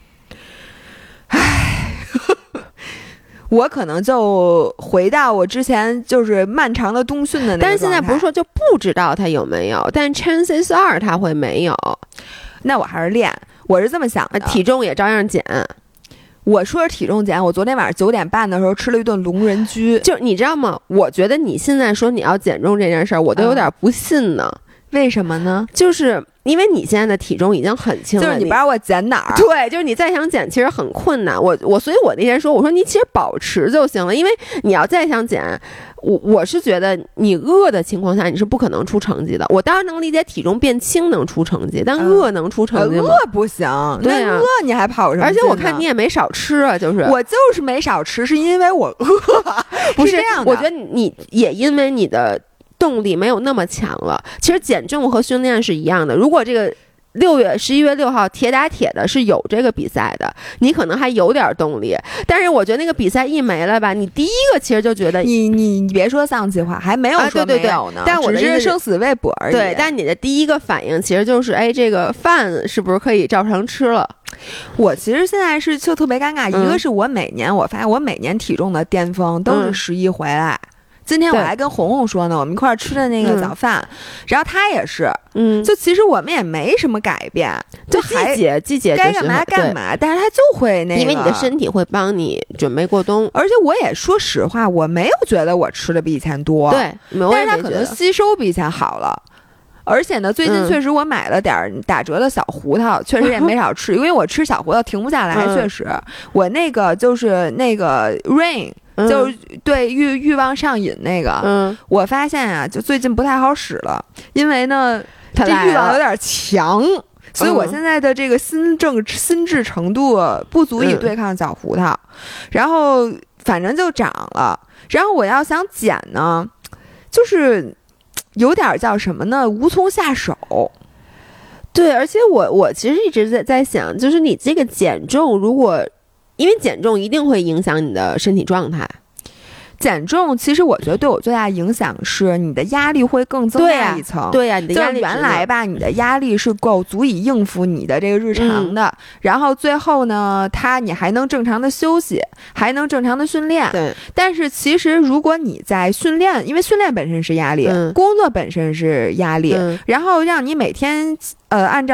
唉，我可能就回到我之前就是漫长的冬训的那个。 但是现在不是说就不知道他有没有，但 chances are 他会没有。 那我还是练，我是这么想的。 体重也照样减。 我说是体重减，我昨天晚上九点半的时候吃了一顿龙人居。 就你知道吗？我觉得你现在说你要减重这件事儿，我都有点不信呢。 嗯，为什么呢？ 就是因为你现在的体重已经很轻了， 就是你不知道我减哪儿。 对，就是你再想减其实很困难。我我所以我那天说，我说你其实保持就行了，因为你要再想减，我我是觉得你饿的情况下你是不可能出成绩的。我当然能理解体重变轻能出成绩，但饿能出成绩吗？ 嗯、饿不行， 对啊， 饿你还跑什么？ 而且我看你也没少吃啊，就是我就是没少吃，是因为我饿， 不是这样的。 我觉得你也因为你的动力没有那么强了。其实减重和训练是一样的，如果这个六月十一月六号铁打铁的是有这个比赛的，你可能还有点动力。但是我觉得那个比赛一没了吧，你第一个其实就觉得你你你别说丧气话，还没有说没有呢， 啊、对对对，但我只是生死未卜而已。 对，但你的第一个反应其实就是，哎，这个饭是不是可以照常吃了？ 我其实现在是就特别尴尬， 嗯、 一个是我每年我发现我每年体重的巅峰都是十一回来。嗯，今天我还跟红红说呢，我们一块儿吃的那个早饭，嗯、然后他也是， 嗯， 就其实我们也没什么改变， 就季节季节该干嘛干嘛，但是他就会那个， 因为你的身体会帮你准备过冬， 而且我也说实话，我没有觉得我吃的比以前多， 对， 但是他可能吸收比以前好了。而且呢，最近确实我买了点打折的小胡桃，嗯、确实也没少吃，因为我吃小胡桃停不下来，嗯、确实，我那个就是那个 Rain。 嗯、 就是对欲欲望上瘾那个， 嗯， 我发现啊，就最近不太好使了，因为呢， 这欲望有点强，所以我现在的这个心正心智程度不足以对抗小胡桃，嗯、然后反正就长了，然后我要想减呢，就是有点叫什么呢，无从下手。 对，而且我我其实一直在在想，就是你这个减重，如果因为减重一定会影响你的身体状态。 减重其实我觉得对我最大的影响是你的压力会更增大一层。 对呀、啊，你的压力原来吧，你的压力是够足以应付你的这个日常的，嗯、然后最后呢，它你还能正常的休息，还能正常的训练。 对。 但是其实如果你在训练，因为训练本身是压力， 嗯、 工作本身是压力， 嗯、 然后让你每天呃按照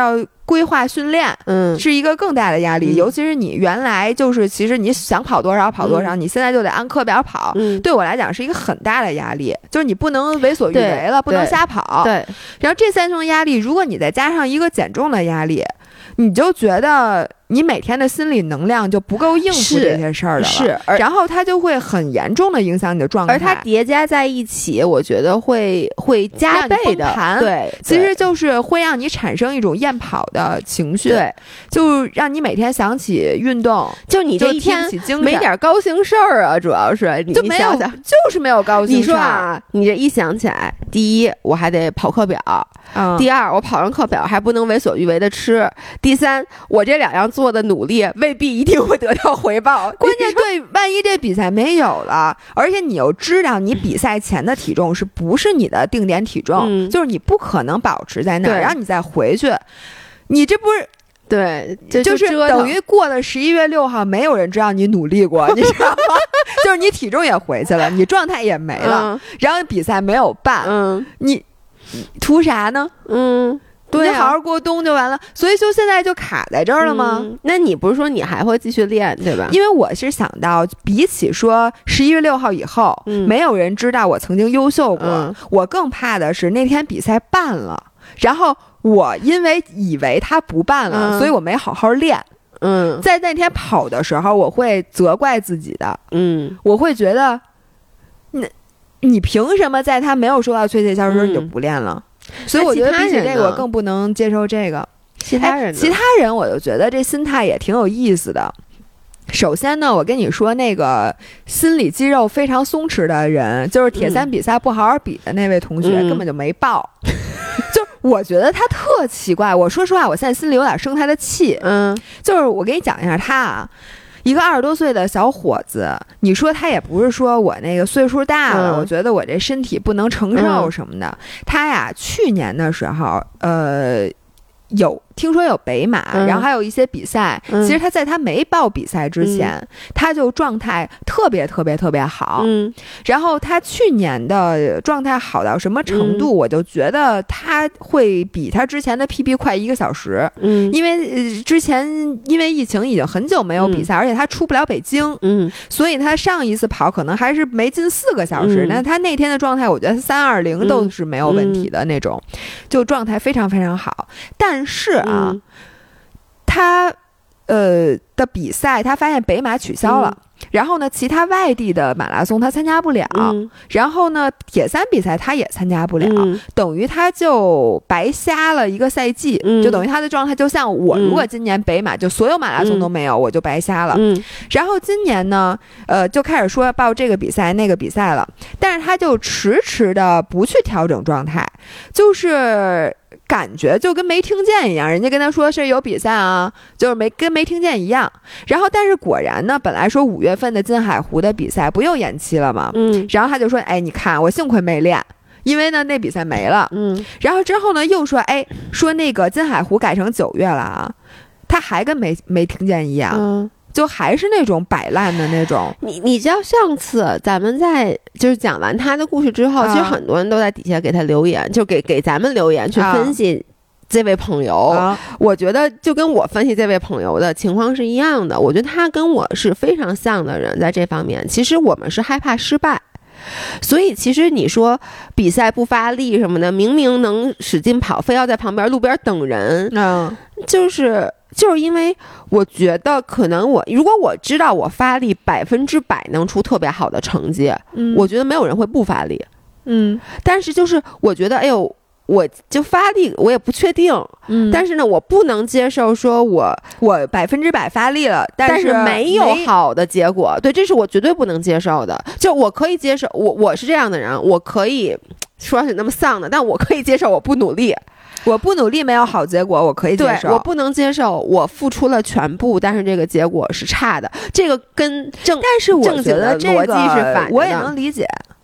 规划训练， 嗯， 是一个更大的压力。 嗯、 尤其是你原来就是其实你想跑多少跑多少，嗯、你现在就得按课表跑， 嗯， 对我来讲是一个很大的压力，就是你不能为所欲为了，不能瞎跑。 对， 然后这三重压力，如果你再加上一个减重的压力，你就觉得你每天的心理能量就不够应付这些事儿的了， 是， 然后它就会很严重的影响你的状态， 而它叠加在一起，我觉得会会加倍的，对， 其实就是会让你产生一种厌跑的情绪， 对， 就让你每天想起运动， 就你这一天没点高兴事儿啊，主要是你就没有，就是没有高兴事儿。 你说啊，你这一想起来，第一我还得跑课表。 嗯、 第二，我跑上课表还不能为所欲为的吃。第三，我这两样做的努力未必一定会得到回报。 关键对，万一这比赛没有了，而且你又知道你比赛前的体重是不是你的定点体重， 嗯、 就是你不可能保持在那儿，然后你再回去，你这不是。 对， 就, 就是等于过了十一月六号，没有人知道你努力过，你知道吗？就是你体重也回去了，你状态也没了， 嗯、 然后比赛没有办， 嗯， 你图啥呢？ 嗯，对、啊， 你好好过冬就完了。所以就现在就卡在这儿了吗？ 嗯、那你不是说你还会继续练，对吧？ 因为我是想到，比起说十一月六号以后、 嗯， 没有人知道我曾经优秀过， 嗯、 我更怕的是那天比赛办了，然后。我因为以为他不办了、 嗯、 所以我没好好练， 嗯， 在那天跑的时候我会责怪自己的， 嗯， 我会觉得那你凭什么在他没有收到确切消息的时候你就不练了、嗯、所以我觉得比起这个我更不能接受这个。 其他人、哎、 其他人我就觉得这心态也挺有意思的。首先呢，我跟你说，那个心理肌肉非常松弛的人，就是铁三比赛不好好比的那位同学、 嗯、 根本就没报。就我觉得他特奇怪，我说实话，我现在心里有点生他的气。 嗯， 就是我给你讲一下他啊，一个二十多岁的小伙子，你说他也不是说我那个岁数大了、 嗯、 我觉得我这身体不能承受什么的、嗯、他呀去年的时候呃有听说有北马、嗯、然后还有一些比赛、嗯、其实他在他没报比赛之前、嗯、他就状态特别特别特别好、 嗯、 然后他去年的状态好到什么程度、 嗯、 我就觉得他会比他之前的 P B 快一个小时、 嗯、 因为、呃、之前因为疫情已经很久没有比赛、嗯、而且他出不了北京、 嗯、 所以他上一次跑可能还是没进四个小时、嗯、但他那天的状态我觉得三二零都是没有问题的那种、嗯、就状态非常非常好。但是啊、嗯、他呃的比赛他发现北马取消了、嗯、然后呢其他外地的马拉松他参加不了、 嗯、 然后呢铁三比赛他也参加不了、 嗯、 等于他就白瞎了一个赛季、 嗯、 就等于他的状态就像我如果今年北马就所有马拉松都没有、嗯、我就白瞎了、 嗯、 然后今年呢呃就开始说报这个比赛那个比赛了，但是他就迟迟的不去调整状态，就是感觉就跟没听见一样，人家跟他说是有比赛啊，就是没跟没听见一样。然后但是果然呢，本来说五月份的金海湖的比赛不又延期了吗？ 嗯， 然后他就说，哎，你看我幸亏没练，因为呢那比赛没了。 嗯， 然后之后呢又说，哎，说那个金海湖改成九月了啊，他还跟没没听见一样。 嗯， 就还是那种摆烂的那种。 你你知道上次咱们在就是讲完他的故事之后、啊、其实很多人都在底下给他留言，就给给咱们留言去分析这位朋友、 啊、 我觉得就跟我分析这位朋友的情况是一样的，我觉得他跟我是非常像的人，在这方面其实我们是害怕失败，所以其实你说比赛不发力什么的，明明能使劲跑，非要在旁边路边等人， 嗯， 就是就是因为我觉得可能我如果我知道我发力百分之百能出特别好的成绩、 嗯、 我觉得没有人会不发力， 嗯， 但是就是我觉得哎呦我就发力我也不确定， 嗯， 但是呢我不能接受说我我百分之百发力了， 但是没有好的结果，对，这是我绝对不能接受的。就我可以接受，我我是这样的人，我可以说是那么丧的，但我可以接受我不努力， 我不努力没有好结果，我可以接受。 对，我不能接受我付出了全部，但是这个结果是差的，这个跟正但是我觉得这个逻辑是反的， 我也能理解。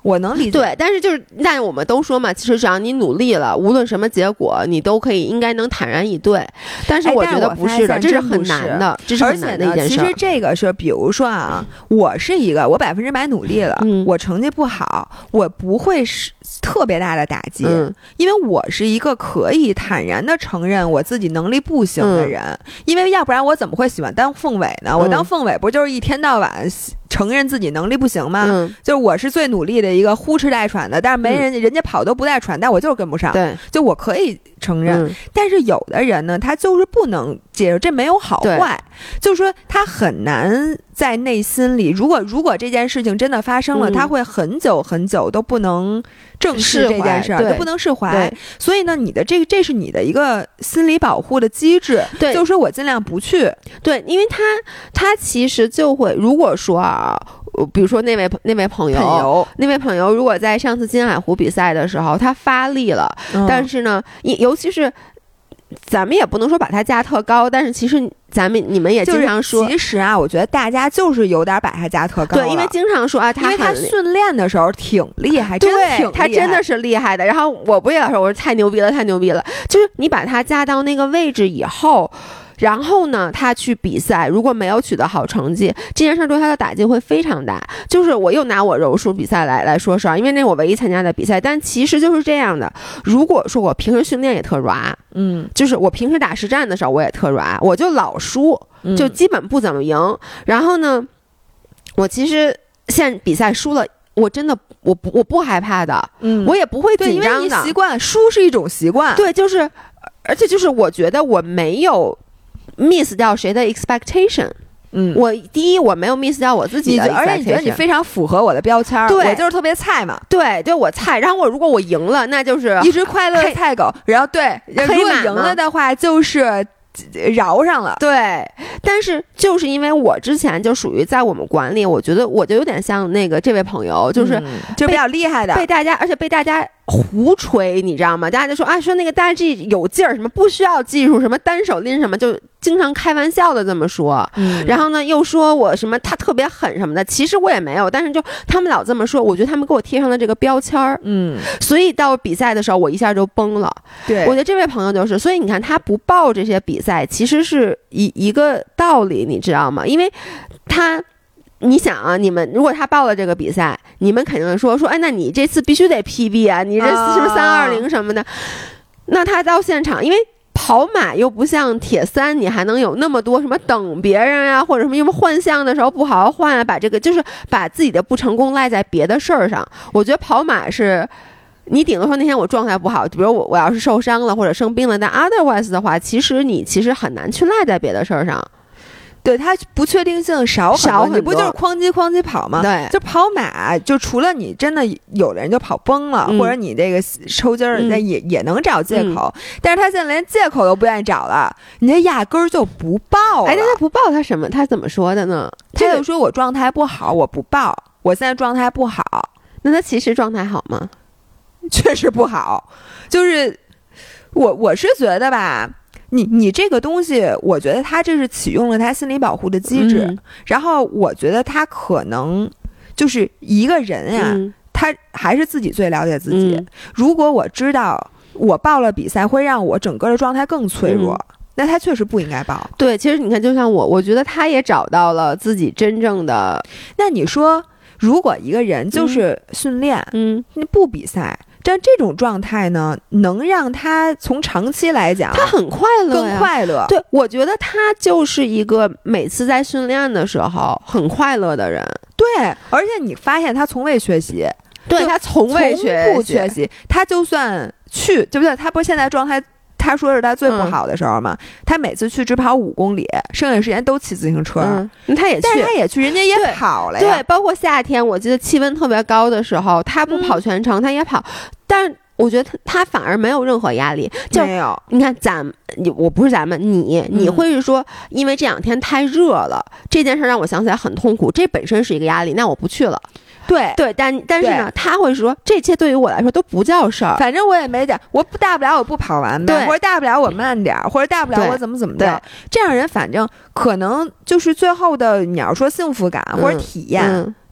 我能理解。 对，但是就是，但是我们都说嘛，其实只要你努力了，无论什么结果，你都可以应该能坦然以对。但是我觉得不是的，这是很难的，这是很难的一件事。 其实这个是，比如说啊，我是一个我百分之百努力了，嗯、我成绩不好，我不会是特别大的打击、嗯，因为我是一个可以坦然的承认我自己能力不行的人，嗯、因为要不然我怎么会喜欢当凤尾呢？嗯、我当凤尾不就是一天到晚承认自己能力不行吗？嗯、就是我是最努力的一个，呼哧带喘的，但是没人、嗯、人家跑都不带喘，但我就是跟不上。对，就我可以承认、嗯，但是有的人呢，他就是不能接受，这没有好坏，就是说他很难在内心里，如果如果这件事情真的发生了，嗯、他会很久很久都不能正视这件事儿，都不能释怀。所以呢，你的这个这是你的一个心理保护的机制，对，就是说我尽量不去。 对，因为他他其实就会，如果说啊。比如说那位那位朋友，朋友那位朋友，如果在上次金海湖比赛的时候他发力了，嗯、但是呢，尤其是咱们也不能说把他架特高，但是其实咱们你们也经常说， 就是、其实啊，我觉得大家就是有点把他架特高了。 对，因为经常说啊，他因为他训练的时候挺厉害，真挺厉害， 他真的是厉害的。然后我不也说，我说太牛逼了，太牛逼了。就是你把他架到那个位置以后。然后呢，他去比赛，如果没有取得好成绩，这件事对他的打击会非常大。就是我又拿我柔术比赛来来说事儿，因为那是我唯一参加的比赛，但其实就是这样的。如果说我平时训练也特软，嗯，就是我平时打实战的时候我也特软，我就老输，就基本不怎么赢。嗯、然后呢，我其实现在比赛输了。我真的我不我不害怕的，嗯，我也不会紧张的， 因为你习惯，输是一种习惯， 对，就是，而且就是我觉得我没有 miss 掉谁的 expectation， 嗯，我第一我没有 miss 掉我自己的 expectation， 而且你觉得你非常符合我的标签， 对， 我就是特别菜嘛， 对，对我菜，然后我如果我赢了，那就是一只快乐的菜狗，然后对，如果赢了的话就是。饶上了， 对，但是就是因为我之前就属于在我们馆里，我觉得我就有点像那个这位朋友，就是、嗯、 就比较厉害的， 被大家而且被大家胡吹，你知道吗？大家就说啊，说那个大 G 有劲儿，什么不需要技术，什么单手拎什么，就经常开玩笑的这么说。嗯、然后呢，又说我什么他特别狠什么的，其实我也没有，但是就他们老这么说，我觉得他们给我贴上了这个标签儿。嗯，所以到比赛的时候，我一下就崩了。 对， 我觉得这位朋友就是，所以你看他不报这些比赛，其实是一一个道理，你知道吗？因为他。你想啊，你们如果他报了这个比赛，你们肯定说说，哎，那你这次必须得 P B 啊，你这是不是三二零什么的？啊、那他到现场，因为跑马又不像铁三，你还能有那么多什么等别人啊，或者什么因为换项的时候不好好换啊，把这个就是把自己的不成功赖在别的事儿上。我觉得跑马是。你顶多说那天我状态不好，比如我我要是受伤了或者生病了，但 otherwise 的话，其实你其实很难去赖在别的事儿上。 对，它不确定性少很多， 少很多， 你不就是哐叽哐叽跑吗？ 对， 就跑马，就除了你真的有的人就跑崩了，嗯、或者你这个抽筋儿，那、嗯、也也能找借口、嗯。但是他现在连借口都不愿意找了，人家压根儿就不报了。 哎，那他不报他什么？他怎么说的呢？ 他就说我状态不好，我不报。我现在状态不好， 那他其实状态好吗？ 确实不好，就是我我是觉得吧。你你这个东西，我觉得他这是启用了他心理保护的机制，嗯、然后我觉得他可能就是一个人呀、啊嗯，他还是自己最了解自己、嗯。如果我知道我报了比赛会让我整个的状态更脆弱，嗯、那他确实不应该报。 对，其实你看，就像我，我觉得他也找到了自己真正的。 那你说，如果一个人就是训练，嗯，你不比赛。但这种状态呢，能让他从长期来讲， 他很快乐， 更快乐。 对，我觉得他就是一个每次在训练的时候很快乐的人。 对，而且你发现他从未缺席， 对他从未从不缺席，他就算去，对不对？他不是现在状态。他说是他最不好的时候嘛、嗯，他每次去只跑五公里，剩下时间都骑自行车。 嗯，他也去， 但是他也去，人家也跑了呀。 对，包括夏天，我记得气温特别高的时候，他不跑全程，嗯、他也跑，但我觉得他他反而没有任何压力。就没有， 你看咱你我不是咱们你你会是说，因为这两天太热了，这件事让我想起来很痛苦，这本身是一个压力，那我不去了。 对对，但但是呢，他会说这些对于我来说都不叫事儿， 反正我也没点，我大不了我不跑完呗，或者大不了我慢点，或者大不了我怎么怎么的。这样人反正可能就是最后的，你要说幸福感或者体验，嗯嗯、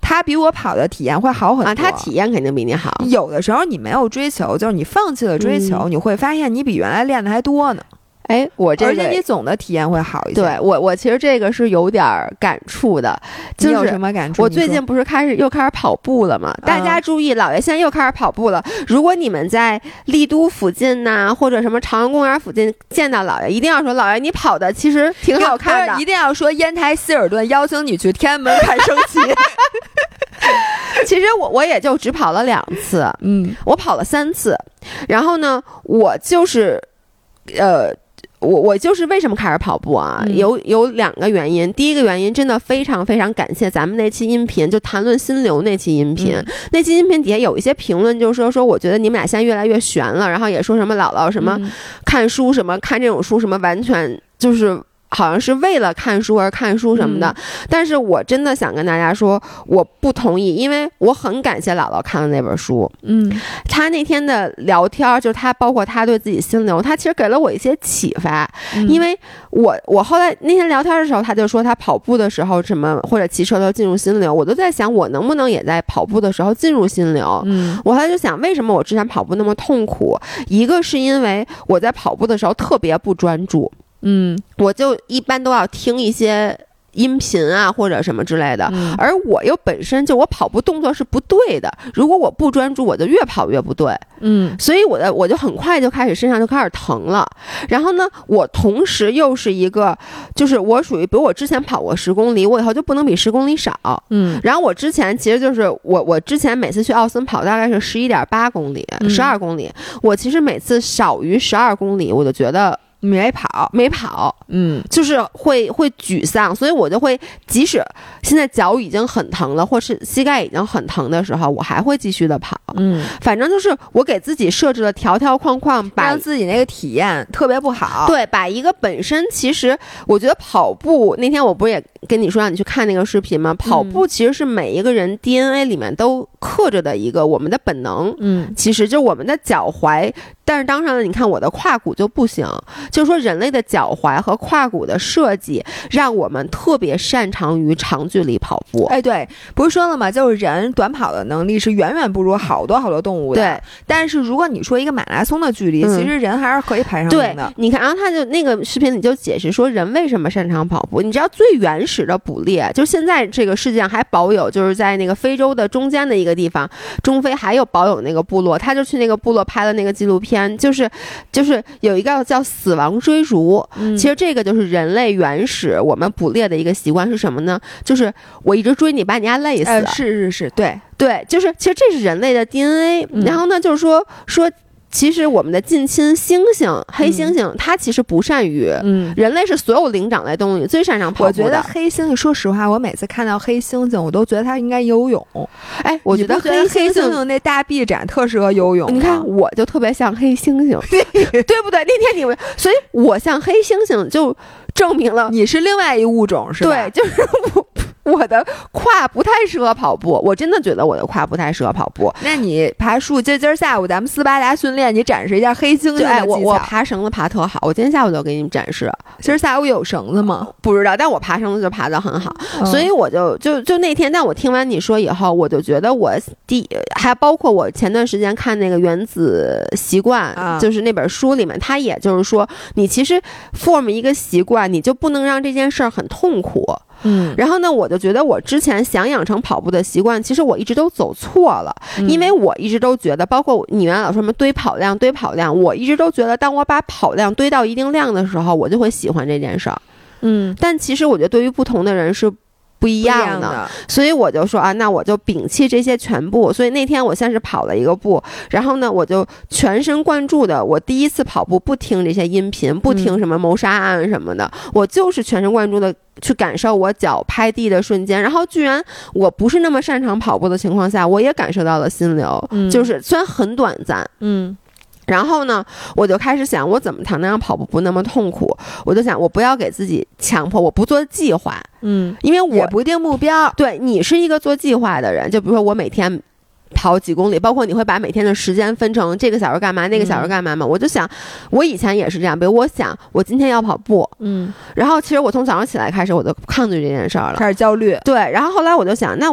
他比我跑的体验会好很多。 啊，他体验肯定比你好。 有的时候你没有追求，就是你放弃了追求，嗯、你会发现你比原来练的还多呢。 哎，我这个， 而且你总的体验会好一些。 对我，我其实这个是有点感触的。就是、 你有什么感触？ 我最近不是开始又开始跑步了吗？嗯、大家注意，姥爷现在又开始跑步了。如果你们在丽都附近呐、啊，或者什么朝阳公园附近见到姥爷，一定要说姥爷你跑的其实挺好看的。 一定要说烟台希尔顿邀请你去天安门看升旗。 其实我我也就只跑了两次， 嗯， 我跑了三次。然后呢，我就是呃。我我就是为什么开始跑步啊？ 嗯、 有有两个原因。第一个原因真的非常非常感谢咱们那期音频，就谈论心流那期音频。嗯、那期音频底下有一些评论，就是说说我觉得你们俩现在越来越悬了，然后也说什么姥姥什么看书什么看这种书什么完全就是。好像是为了看书而看书什么的、嗯、但是我真的想跟大家说我不同意，因为我很感谢姥姥看的那本书。 嗯， 他那天的聊天，就是他包括他对自己心流，他其实给了我一些启发、嗯、因为我我后来那天聊天的时候，他就说他跑步的时候什么或者骑车都进入心流，我都在想我能不能也在跑步的时候进入心流。 嗯， 我后来就想为什么我之前跑步那么痛苦，一个是因为我在跑步的时候特别不专注。 嗯， 我就一般都要听一些音频啊或者什么之类的、嗯、而我又本身就我跑步动作是不对的，如果我不专注我就越跑越不对。 嗯， 所以我的我就很快就开始身上就开始疼了。然后呢，我同时又是一个就是我属于比如我之前跑过十公里，我以后就不能比十公里少。 嗯， 然后我之前其实就是我我之前每次去奥森跑大概是十一点八公里十二公里、嗯、我其实每次少于十二公里我就觉得没跑没跑嗯， 就是会会沮丧，所以我就会即使现在脚已经很疼了或是膝盖已经很疼的时候，我还会继续的跑。 嗯， 反正就是我给自己设置了条条框框，把让自己那个体验特别不好。 对，把一个本身其实我觉得跑步那天我不是也跟你说让你去看那个视频吗？跑步其实是每一个人 D N A 里面都刻着的一个我们的本能。 嗯， 其实就我们的脚踝，但是当然了，你看我的胯骨就不行，就是说人类的脚踝和胯骨的设计让我们特别擅长于长距离跑步。 哎，对，不是说了吗？就是人短跑的能力是远远不如好多好多动物的。 对， 但是如果你说一个马拉松的距离，嗯、其实人还是可以排上名的。 对，你看，然后他就那个视频里就解释说，人为什么擅长跑步？你知道最原始的捕猎，就现在这个世界上还保有，就是在那个非洲的中间的一个地方，中非还有保有那个部落，他就去那个部落拍了那个纪录片，就是就是有一个叫死亡追逐。 嗯、 其实这个就是人类原始我们捕猎的一个习惯是什么呢？就是我一直追你，把你丫累死。 呃、是是是，对对，就是其实这是人类的 D N A、嗯。然后呢，就是说说。其实我们的近亲猩猩黑猩猩、嗯、它其实不善于、 嗯、 人类是所有灵长类动物里最擅长跑步的。 我觉得黑猩猩说实话我每次看到黑猩猩我都觉得它应该游泳。 哎，我觉得黑猩猩那大臂展特适合游泳。 你看我就特别像黑猩猩对不对？那天你们所以我像黑猩猩就证明了你是另外一物种是吧？ 对，就是我我的胯不太适合跑步，我真的觉得我的胯不太适合跑步。 那你爬树，今今儿下午咱们斯巴达训练，你展示一下黑猩猩的技巧。 哎，我我爬绳子爬特好，我今天下午就给你们展示。 今儿下午有绳子吗？ 不知道，但我爬绳子就爬得很好， 嗯、 所以我就就就那天，但我听完你说以后，我就觉得我第还包括我前段时间看那个《原子习惯》 啊， 就是那本书里面，它也就是说，你其实 form 一个习惯，你就不能让这件事儿很痛苦。 嗯， 然后呢，我就觉得我之前想养成跑步的习惯，其实我一直都走错了， 嗯、 因为我一直都觉得，包括你原来老说什么堆跑量、堆跑量，我一直都觉得，当我把跑量堆到一定量的时候，我就会喜欢这件事儿。 嗯， 但其实我觉得对于不同的人是不一样的， 不一样的， 所以我就说啊，那我就摒弃这些全部。所以那天我先是跑了一个步，然后呢，我就全神贯注的，我第一次跑步不听这些音频，不听什么谋杀案什么的，嗯、我就是全神贯注的去感受我脚拍地的瞬间。然后居然我不是那么擅长跑步的情况下，我也感受到了心流， 嗯、 就是虽然很短暂， 嗯。 然后呢，我就开始想，我怎么才能让跑步不那么痛苦？我就想，我不要给自己强迫，我不做计划， 嗯， 因为我也不定目标。 对，你是一个做计划的人，就比如说我每天跑几公里，包括你会把每天的时间分成这个小时干嘛，那个小时干嘛嘛。嗯、我就想，我以前也是这样，比如我想我今天要跑步， 嗯， 然后其实我从早上起来开始，我就抗拒这件事儿了， 开始焦虑。 对，然后后来我就想，那我就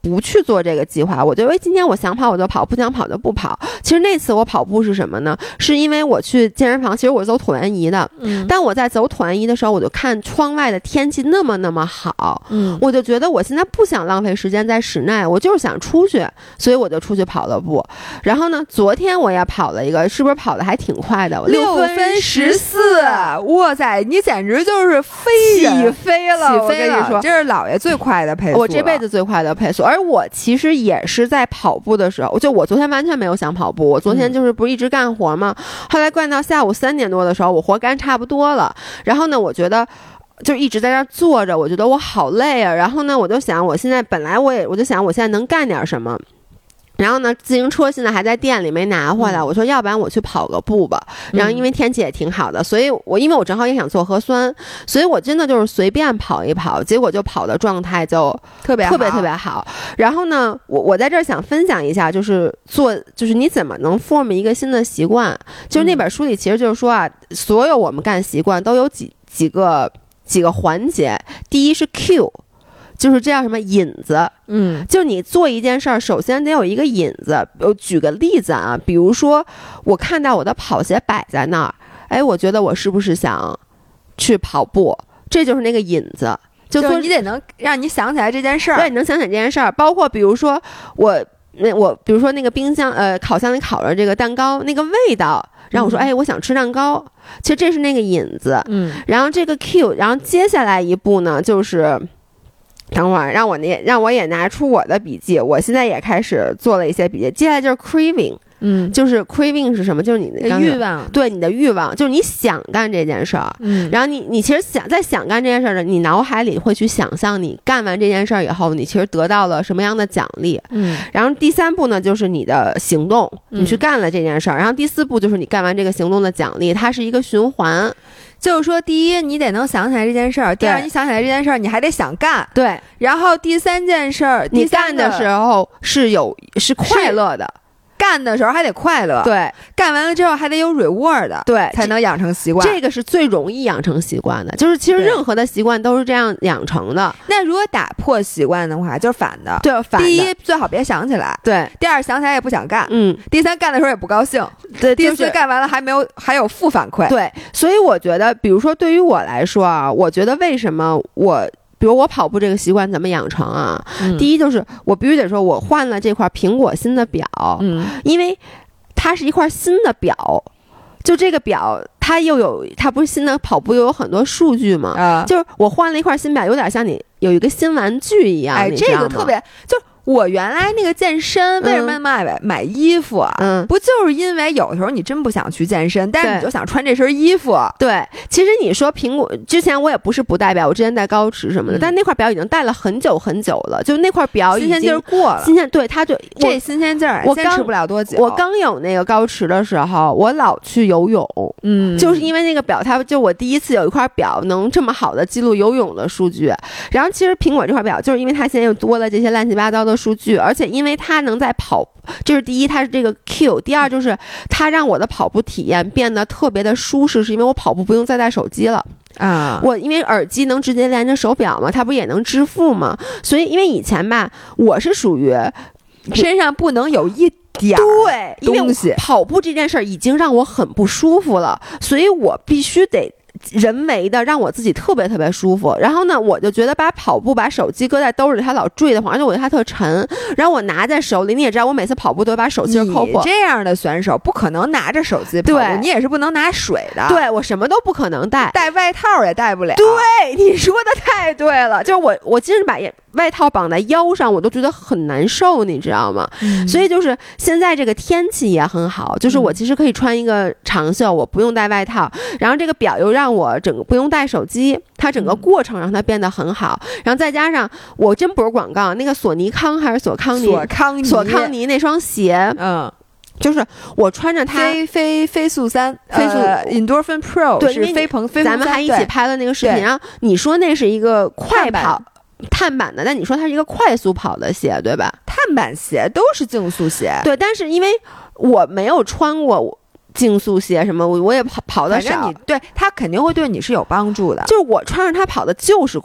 不去做这个计划，我就哎，今天我想跑我就跑，不想跑就不跑。其实那次我跑步是什么呢？是因为我去健身房，其实我是走椭圆仪的，嗯，但我在走椭圆仪的时候，我就看窗外的天气那么那么好，嗯，我就觉得我现在不想浪费时间在室内，我就是想出去，所以我就出去跑了步。然后呢，昨天我也跑了一个，是不是跑得还挺快的？ 六分十四，哇塞，你简直就是飞起飞了！ 起飞了！我跟你说，这是姥爷最快的配速， 我这辈子最快的配速。而我其实也是在跑步的时候，就我昨天完全没有想跑步，我昨天就是不是一直干活吗？嗯、后来干到下午三点多的时候，我活干差不多了。然后呢，我觉得就一直在那儿坐着，我觉得我好累啊。然后呢，我就想，我现在本来我也我就想，我现在能干点什么。然后呢，自行车现在还在店里没拿回来，嗯、我说要不然我去跑个步吧。然后因为天气也挺好的，所以我因为我正好也想做核酸，所以我真的就是随便跑一跑，结果就跑的状态就特别特别特别好。然后呢，我我在这儿想分享一下，就是做就是你怎么能 form 一个新的习惯。就是那本书里其实就是说啊，嗯、所有我们干习惯都有几几个几个环节。第一是 Q。就是这样，什么引子，嗯，就你做一件事儿，首先得有一个引子。我举个例子啊，比如说我看到我的跑鞋摆在那儿，哎，我觉得我是不是想去跑步？这就是那个引子。就说你得能让你想起来这件事儿， 对，你能想起来这件事儿。包括比如说我，那我比如说那个冰箱，呃，烤箱里烤着这个蛋糕，那个味道。然后我说，哎，我想吃蛋糕。其实这是那个引子，嗯。然后这个 Q， 然后接下来一步呢，就是。等会儿，让我那让我也拿出我的笔记，我现在也开始做了一些笔记。接下来就是 craving， 嗯，就是 craving 是什么？就是你的欲望， 对你的欲望，就是你想干这件事儿，嗯，然后你你其实想在想干这件事儿的，你脑海里会去想象你干完这件事儿以后，你其实得到了什么样的奖励，嗯，然后第三步呢，就是你的行动，你去干了这件事儿，嗯、然后第四步就是你干完这个行动的奖励，它是一个循环。 就是说，第一，你得能想起来这件事儿；第二，你想起来这件事儿，你还得想干。 对。 然后第三件事儿， 你干的时候是有是快乐的， 干的时候还得快乐。 对。 干完了之后还得有 reward 的， 对， 才能养成习惯。 这个是最容易养成习惯的，就是其实任何的习惯都是这样养成的。 那如果打破习惯的话，就是反的。 对，反的。 第一，最好别想起来。 对。 第二，想起来也不想干。 嗯。 第三，干的时候也不高兴。 对。 第四，干完了还没有还有负反馈。 对。所以我觉得，比如说对于我来说啊，我觉得为什么我。比如我跑步这个习惯怎么养成啊？嗯、第一就是我必须得说，我换了这块苹果新的表，嗯，因为它是一块新的表，就这个表它又有它不是新的跑步又有很多数据嘛，啊，就是我换了一块新表，有点像你有一个新玩具一样， 哎，这个特别就。我原来那个健身为什么买、嗯、买衣服啊？嗯，不就是因为有的时候你真不想去健身，但是你就想穿这身衣服。 对，其实你说苹果之前我也不是不戴表，我之前戴高驰什么的，嗯、但那块表已经戴了很久很久了，就那块表已经新鲜劲儿过了。 新鲜对它就这新鲜劲儿，我坚持不了多久。 我刚有那个高驰的时候，我老去游泳，嗯，就是因为那个表，它就我第一次有一块表能这么好的记录游泳的数据。然后其实苹果这块表，就是因为它现在又多了这些乱七八糟的数据，而且因为它能在跑，这是第一，它是这个 Q， 第二就是它让我的跑步体验变得特别的舒适，是因为我跑步不用再带手机了啊，我因为耳机能直接连着手表嘛，它不也能支付嘛，所以因为以前吧，我是属于身上不能有一点对东西， 跑步这件事儿已经让我很不舒服了，所以我必须得。人为的让我自己特别特别舒服，然后呢，我就觉得把跑步把手机搁在兜里，它老坠的慌，而且我觉得它特沉，然后我拿在手里，你也知道，我每次跑步都把手机抠破。 你这样的选手不可能拿着手机跑步，对，你也是不能拿水的， 对我什么都不可能带， 带外套也带不了。 对，你说的太对了，就是我，我即使把外套绑在腰上，我都觉得很难受，你知道吗？嗯、所以就是现在这个天气也很好，就是我其实可以穿一个长袖，我不用带外套，然后这个表又让我整个不用带手机，它整个过程让它变得很好，然后再加上我真不是广告，那个索尼康还是索康尼， 索康尼， 索康尼那双鞋，嗯。就是我穿着它， 飞飞飞速三，飞速 Endorphin Pro 对， 是飞鹏飞速三， 咱们还一起拍了那个视频。然后你说那是一个快跑碳板的，但你说它是一个快速跑的鞋，对吧？ 碳板鞋都是竞速鞋， 对。但是因为我没有穿过竞速鞋什么，我我也跑跑的少， 你对它肯定会对你是有帮助的。 就是我穿着它跑的就是快。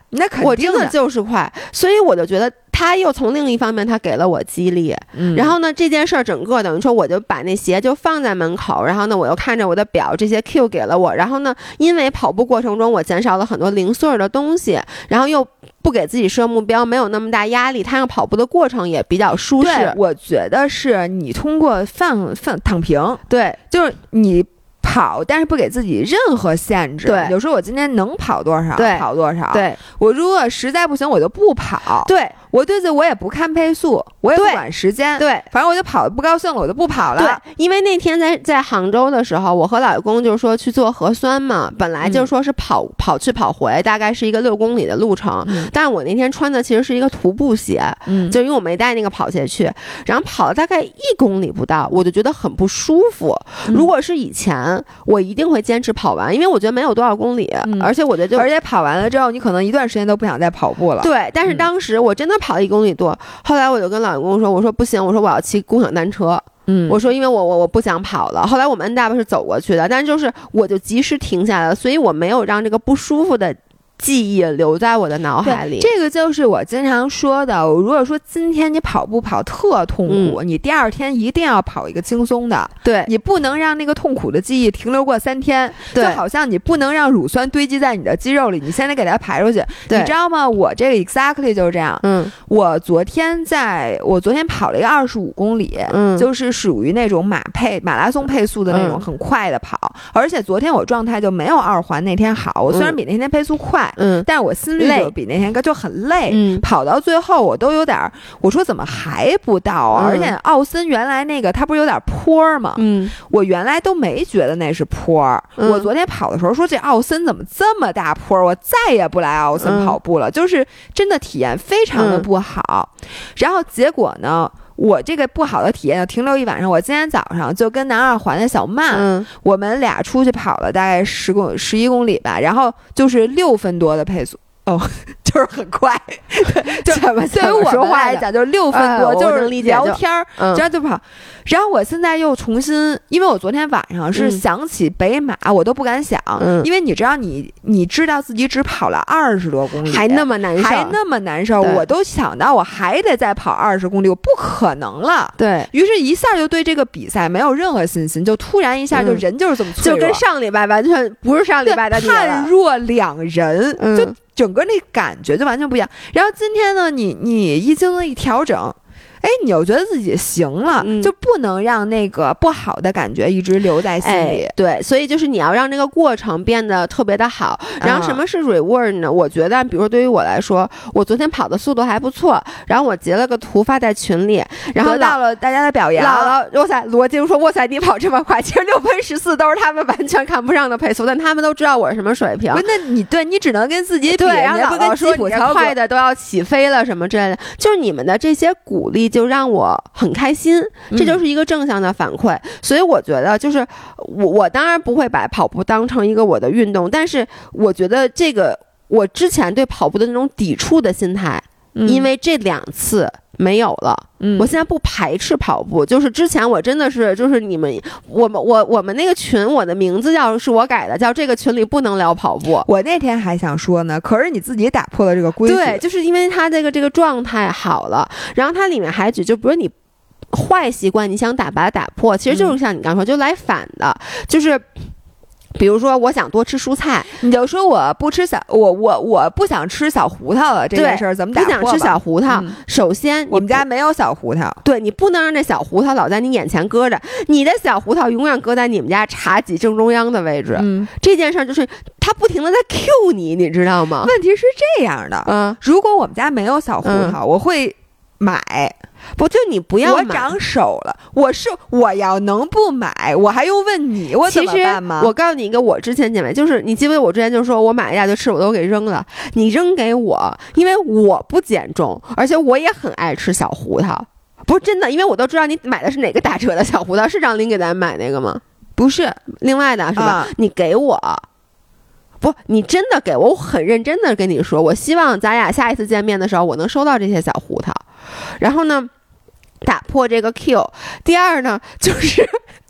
那肯定的， 我真的就是快，所以我就觉得他又从另一方面他给了我激励， 嗯， 然后呢这件事儿整个等于说我就把那鞋就放在门口，然后呢我又看着我的表，这些 Q 给了我，然后呢因为跑步过程中我减少了很多零碎的东西，然后又不给自己设目标，没有那么大压力，他让跑步的过程也比较舒适。 对，我觉得是你通过放放躺平， 对， 就是你跑，但是不给自己任何限制。 对， 有时候我今天能跑多少， 对， 跑多少。 对， 我如果实在不行，我就不跑。 对， 我对此我也不看配速，我也不管时间。 对， 反正我就跑得不高兴了，我就不跑了。 对，因为那天在在杭州的时候，我和老公就是说去做核酸嘛，本来就说是跑、嗯、跑去跑回，大概是一个六公里的路程，嗯、但是我那天穿的其实是一个徒步鞋，嗯，就因为我没带那个跑鞋去，然后跑了大概一公里不到，我就觉得很不舒服。嗯、如果是以前，我一定会坚持跑完，因为我觉得没有多少公里，嗯、而且我觉得就而且跑完了之后，你可能一段时间都不想再跑步了。 对，但是当时我真的跑了一公里多，后来我就跟老公说，我说不行，我说我要骑共享单车。嗯，我说因为我我我不想跑了。后来我们 N W 是走过去的，但是就是我就及时停下来了，所以我没有让这个不舒服的记忆留在我的脑海里。 这个就是我经常说的，如果说今天你跑步跑特痛苦，嗯、你第二天一定要跑一个轻松的。 对， 你不能让那个痛苦的记忆停留过三天。 对， 就好像你不能让乳酸堆积在你的肌肉里，你现在给它排出去。你知道吗？我这个 exactly 就是这样。嗯，我昨天在我昨天跑了一个二十五公里，嗯，就是属于那种马配马拉松配速的那种很快的跑，嗯、而且昨天我状态就没有二环那天好。我虽然比那天配速快。嗯，但是我心率就比那天高，就很累。嗯，跑到最后我都有点，我说怎么还不到啊？嗯、而且奥森原来那个它不是有点坡吗？嗯，我原来都没觉得那是坡。嗯、我昨天跑的时候说这奥森怎么这么大坡？我再也不来奥森跑步了，嗯、就是真的体验非常的不好。嗯、然后结果呢？我这个不好的体验就停留一晚上。我今天早上就跟南二环的小曼，嗯、我们俩出去跑了大概十公十一公里吧，然后就是六分多的配速。哦，就是很快，就对于我们来讲，就是六分多，呃、就是聊天儿，这样就跑。然后我现在又重新，因为我昨天晚上是想起北马，嗯、我都不敢想，嗯、因为你知道你，你知道自己只跑了二十多公里， 还那么难受， 还那么难受，我都想到我还得再跑二十公里，我不可能了。 对于是，一下就对这个比赛没有任何信心，就突然一下就人就是这么脆弱， 就跟上礼拜完全不是上礼拜的你了， 判若两人，嗯、就。整个那感觉就完全不一样。然后今天呢，你你一经一调整，哎，你又觉得自己行了，嗯、就不能让那个不好的感觉一直留在心里。 哎、对，所以就是你要让这个过程变得特别的好。然后什么是 reward 呢？嗯、我觉得，比如说对于我来说，我昨天跑的速度还不错，然后我截了个图发在群里，然后得到了大家的表扬。 姥姥，哇塞，罗京说，哇塞，你跑这么快，其实六分十四都是他们完全看不上的配速，但他们都知道我是什么水平。 不，那你对你只能跟自己比， 对，然后姥姥说你快的都要起飞了什么之类的，就是你们的这些鼓励就让我很开心，这就是一个正向的反馈。嗯、所以我觉得就是我我当然不会把跑步当成一个我的运动，但是我觉得这个我之前对跑步的那种抵触的心态，嗯、因为这两次没有了。嗯，我现在不排斥跑步，就是之前我真的是就是你们我们我我们那个群，我的名字叫是我改的，叫这个群里不能聊跑步。 我那天还想说呢，可是你自己打破了这个规矩。 对，就是因为他这个这个状态好了，然后它里面还举，就比如你坏习惯你想打把它打破，其实就是像你刚说，就来反的，就是比如说我想多吃蔬菜， 你就说我不吃小我我我不想吃小胡桃了，这件事儿怎么打破吧？ 不想吃小胡桃，嗯、首先我们家没有小胡桃， 对，你不能让这小胡桃老在你眼前搁着，你的小胡桃永远搁在你们家茶几正中央的位置。嗯，这件事儿就是他不停的在 Q 你，你知道吗？ 问题是这样的，嗯，如果我们家没有小胡桃，嗯、我会买。 不，就你不要买， 我长手了，我是我要能不买，我还用问你，我怎么办吗？ 其实我告诉你一个我之前姐妹，就是你记不记得我之前就说我买一大堆吃，我都给扔了，你扔给我，因为我不减重，而且我也很爱吃小胡桃，不是真的，因为我都知道你买的是哪个打折的小胡桃，是张琳给咱买那个吗？ 不是， 另外的是吧？啊、你给我。不，你真的给我，我很认真的跟你说，我希望咱俩下一次见面的时候，我能收到这些小胡桃。然后呢，打破这个 Q。第二呢，就是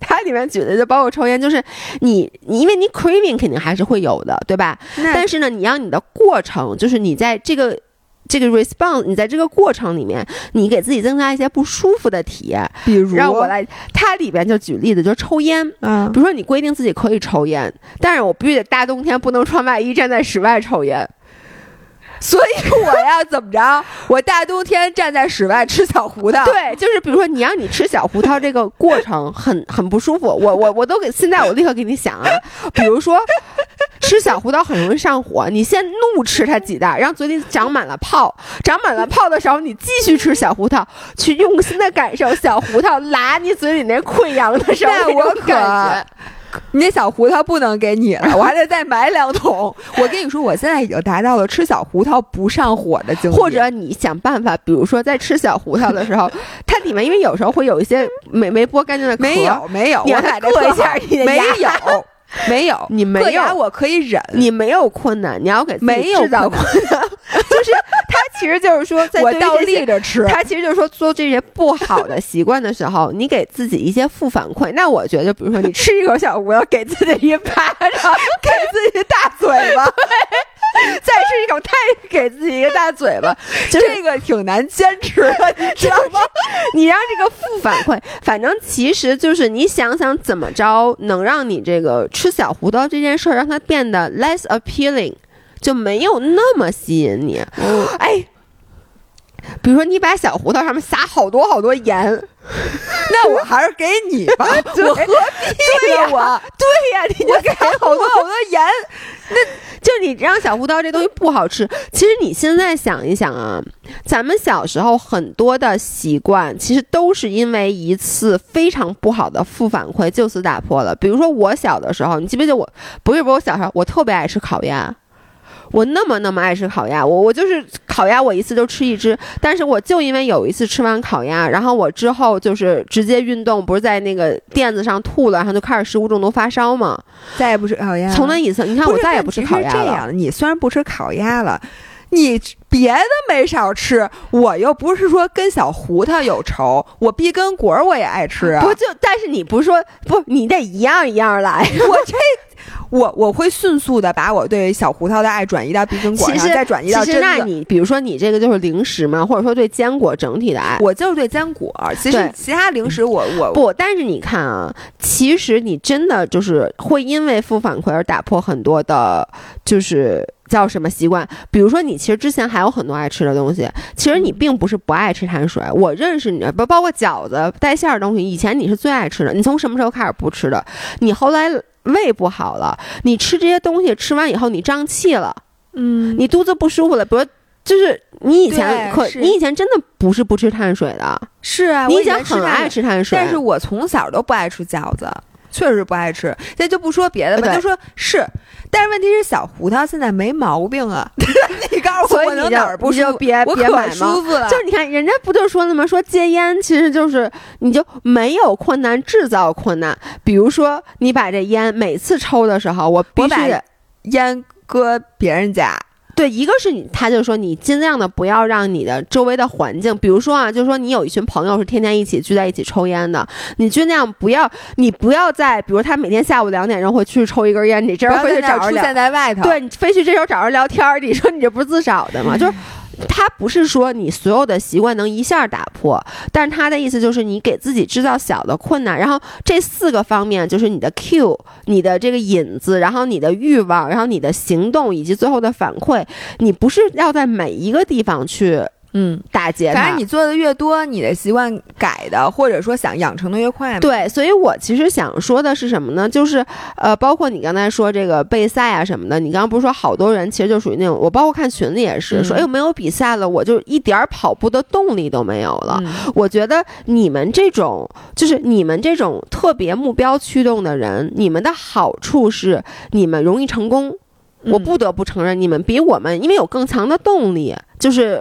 它里面举的就包括抽烟，就是你你因为你 craving 肯定还是会有的，对吧？但是呢，你让你的过程，就是你在这个这个 response， 你在这个过程里面，你给自己增加一些不舒服的体验， 比如让我来，它里边就举例子，就是抽烟， 嗯， 比如说你规定自己可以抽烟，但是我必须得大冬天不能穿外衣站在室外抽烟。 所以我要怎么着？我大冬天站在室外吃小胡桃。 对，就是比如说你让你吃小胡桃这个过程很很不舒服。我我我都给现在我立刻给你想啊，比如说吃小胡桃很容易上火，你先怒吃它几袋，让嘴里长满了泡，长满了泡的时候，你继续吃小胡桃，去用心的感受小胡桃拉你嘴里那溃疡的时候那我种感觉。 你那小胡桃不能给你了，我还得再买两桶。我跟你说，我现在已经达到了吃小胡桃不上火的境界。 或者你想办法，比如说在吃小胡桃的时候，它里面因为有时候会有一些没没剥干净的壳， 没有没有， 你让它硌一下你的牙， 没有。没有， 你没有， 我可以忍， 你没有困难，你要给自己制造困难，就是它其实就是说，在我倒立着吃， 它其实就是说做这些不好的习惯的时候，你给自己一些负反馈。那我觉得，比如说你吃一口小胡桃，给自己一巴掌， 给自己大嘴巴， 再吃一口，再给自己一个大嘴巴，就这个挺难坚持的，你知道吗？ 你让这个负反馈，反正其实就是你想想怎么着能让你这个吃小胡桃这件事儿让它变得 less appealing， 就没有那么吸引你。 哦、 哎，比如说你把小胡桃上面撒好多好多盐， 那我还是给你吧，我何必呀？我对呀，你就给好多好多盐，那就你让小胡桃这东西不好吃。其实你现在想一想啊，咱们小时候很多的习惯，其实都是因为一次非常不好的负反馈就此打破了。比如说我小的时候，你记不记得我？不是不是我小时候，我特别爱吃烤鸭。我那么那么爱吃烤鸭，我我就是烤鸭，我一次就吃一只。但是我就因为有一次吃完烤鸭，然后我之后就是直接运动，不是在那个垫子上吐了，然后就开始食物中毒发烧嘛， 再也不吃烤鸭。 从那一次，你看我再也不吃烤鸭了。 是这样，你虽然不吃烤鸭了，你别的没少吃，我又不是说跟小胡桃有仇，我碧根果我也爱吃啊。 不就，但是你不是说不，你得一样一样来。 我这。我我会迅速的把我对小胡桃的爱转移到碧根果上，再转移到其实那你比如说你这个就是零食嘛，或者说对坚果整体的爱， 我就是对坚果。其实其他零食我我不，但是你看啊，其实你真的就是会因为负反馈而打破很多的，就是叫什么习惯。比如说你其实之前还有很多爱吃的东西，其实你并不是不爱吃碳水。我认识你，不包括饺子带馅的东西，以前你是最爱吃的，你从什么时候开始不吃的？你后来胃不好了，你吃这些东西吃完以后你胀气了， 嗯， 你肚子不舒服了，比如就是你以前可你以前真的不是不吃碳水的， 是啊， 你以前很爱吃碳水， 但是我从小都不爱吃饺子，确实不爱吃。那就不说别的吧，就说是，但是问题是小胡桃现在没毛病啊。你告诉我，我能哪儿不舒服？ 别我别买舒服了。 就是你看，人家不就说了吗？说戒烟其实就是你就没有困难制造困难。比如说，你把这烟每次抽的时候，我必须得烟搁别人家。 对，一个是你，他就说你尽量的不要让你的周围的环境，比如说啊，就是说你有一群朋友是天天一起聚在一起抽烟的，你尽量不要，你不要在，比如他每天下午两点钟会去抽一根烟，你这时候非去找人出现在外头， 对，你非去这时候找人聊天，你说你这不是自找的吗？就是。他不是说你所有的习惯能一下打破，但是他的意思就是你给自己制造小的困难，然后这四个方面就是你的 Q， 你的这个引子，然后你的欲望，然后你的行动，以及最后的反馈，你不是要在每一个地方去嗯打结它， 反正你做的越多，你的习惯改的或者说想养成的越快嘛。 对，所以我其实想说的是什么呢？就是呃，包括你刚才说这个备赛啊什么的，你刚刚不是说好多人其实就属于那种，我包括看群里也是、嗯、说，哎呦没有比赛了，我就一点跑步的动力都没有了。嗯、我觉得你们这种就是你们这种特别目标驱动的人，你们的好处是你们容易成功。我不得不承认，你们比我们因为有更强的动力，就是。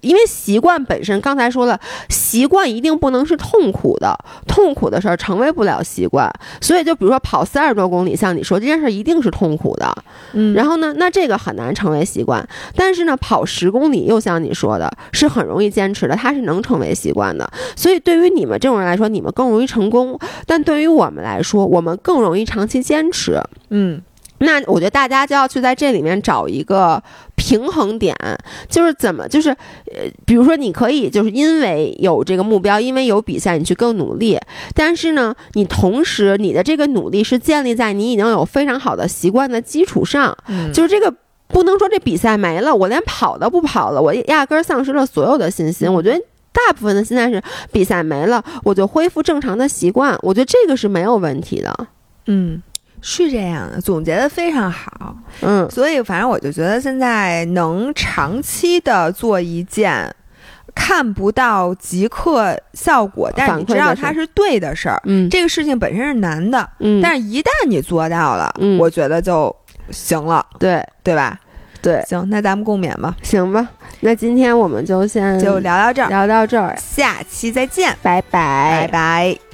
因为习惯本身，刚才说了，习惯一定不能是痛苦的，痛苦的事儿成为不了习惯。所以就比如说跑三十多公里，像你说这件事一定是痛苦的， 嗯， 然后呢，那这个很难成为习惯。但是呢，跑十公里又像你说的，是很容易坚持的，它是能成为习惯的。所以对于你们这种人来说，你们更容易成功，但对于我们来说，我们更容易长期坚持。 嗯。 那我觉得大家就要去在这里面找一个平衡点，就是怎么就是呃，比如说你可以就是因为有这个目标，因为有比赛，你去更努力，但是呢，你同时你的这个努力是建立在你已经有非常好的习惯的基础上， 嗯， 就是这个不能说这比赛没了，我连跑都不跑了，我压根儿丧失了所有的信心。我觉得大部分的现在是比赛没了，我就恢复正常的习惯，我觉得这个是没有问题的。 嗯。是这样的，总结的非常好。 嗯， 所以反正我就觉得现在能长期的做一件看不到即刻效果，但是你知道它是对的事儿， 嗯， 这个事情本身是难的， 嗯， 但是一旦你做到了， 嗯， 我觉得就行了， 对对吧？ 对， 行，那咱们共勉吧。 行吧，那今天我们就先就聊到这儿， 聊到这儿， 下期再见， 拜拜， 拜拜。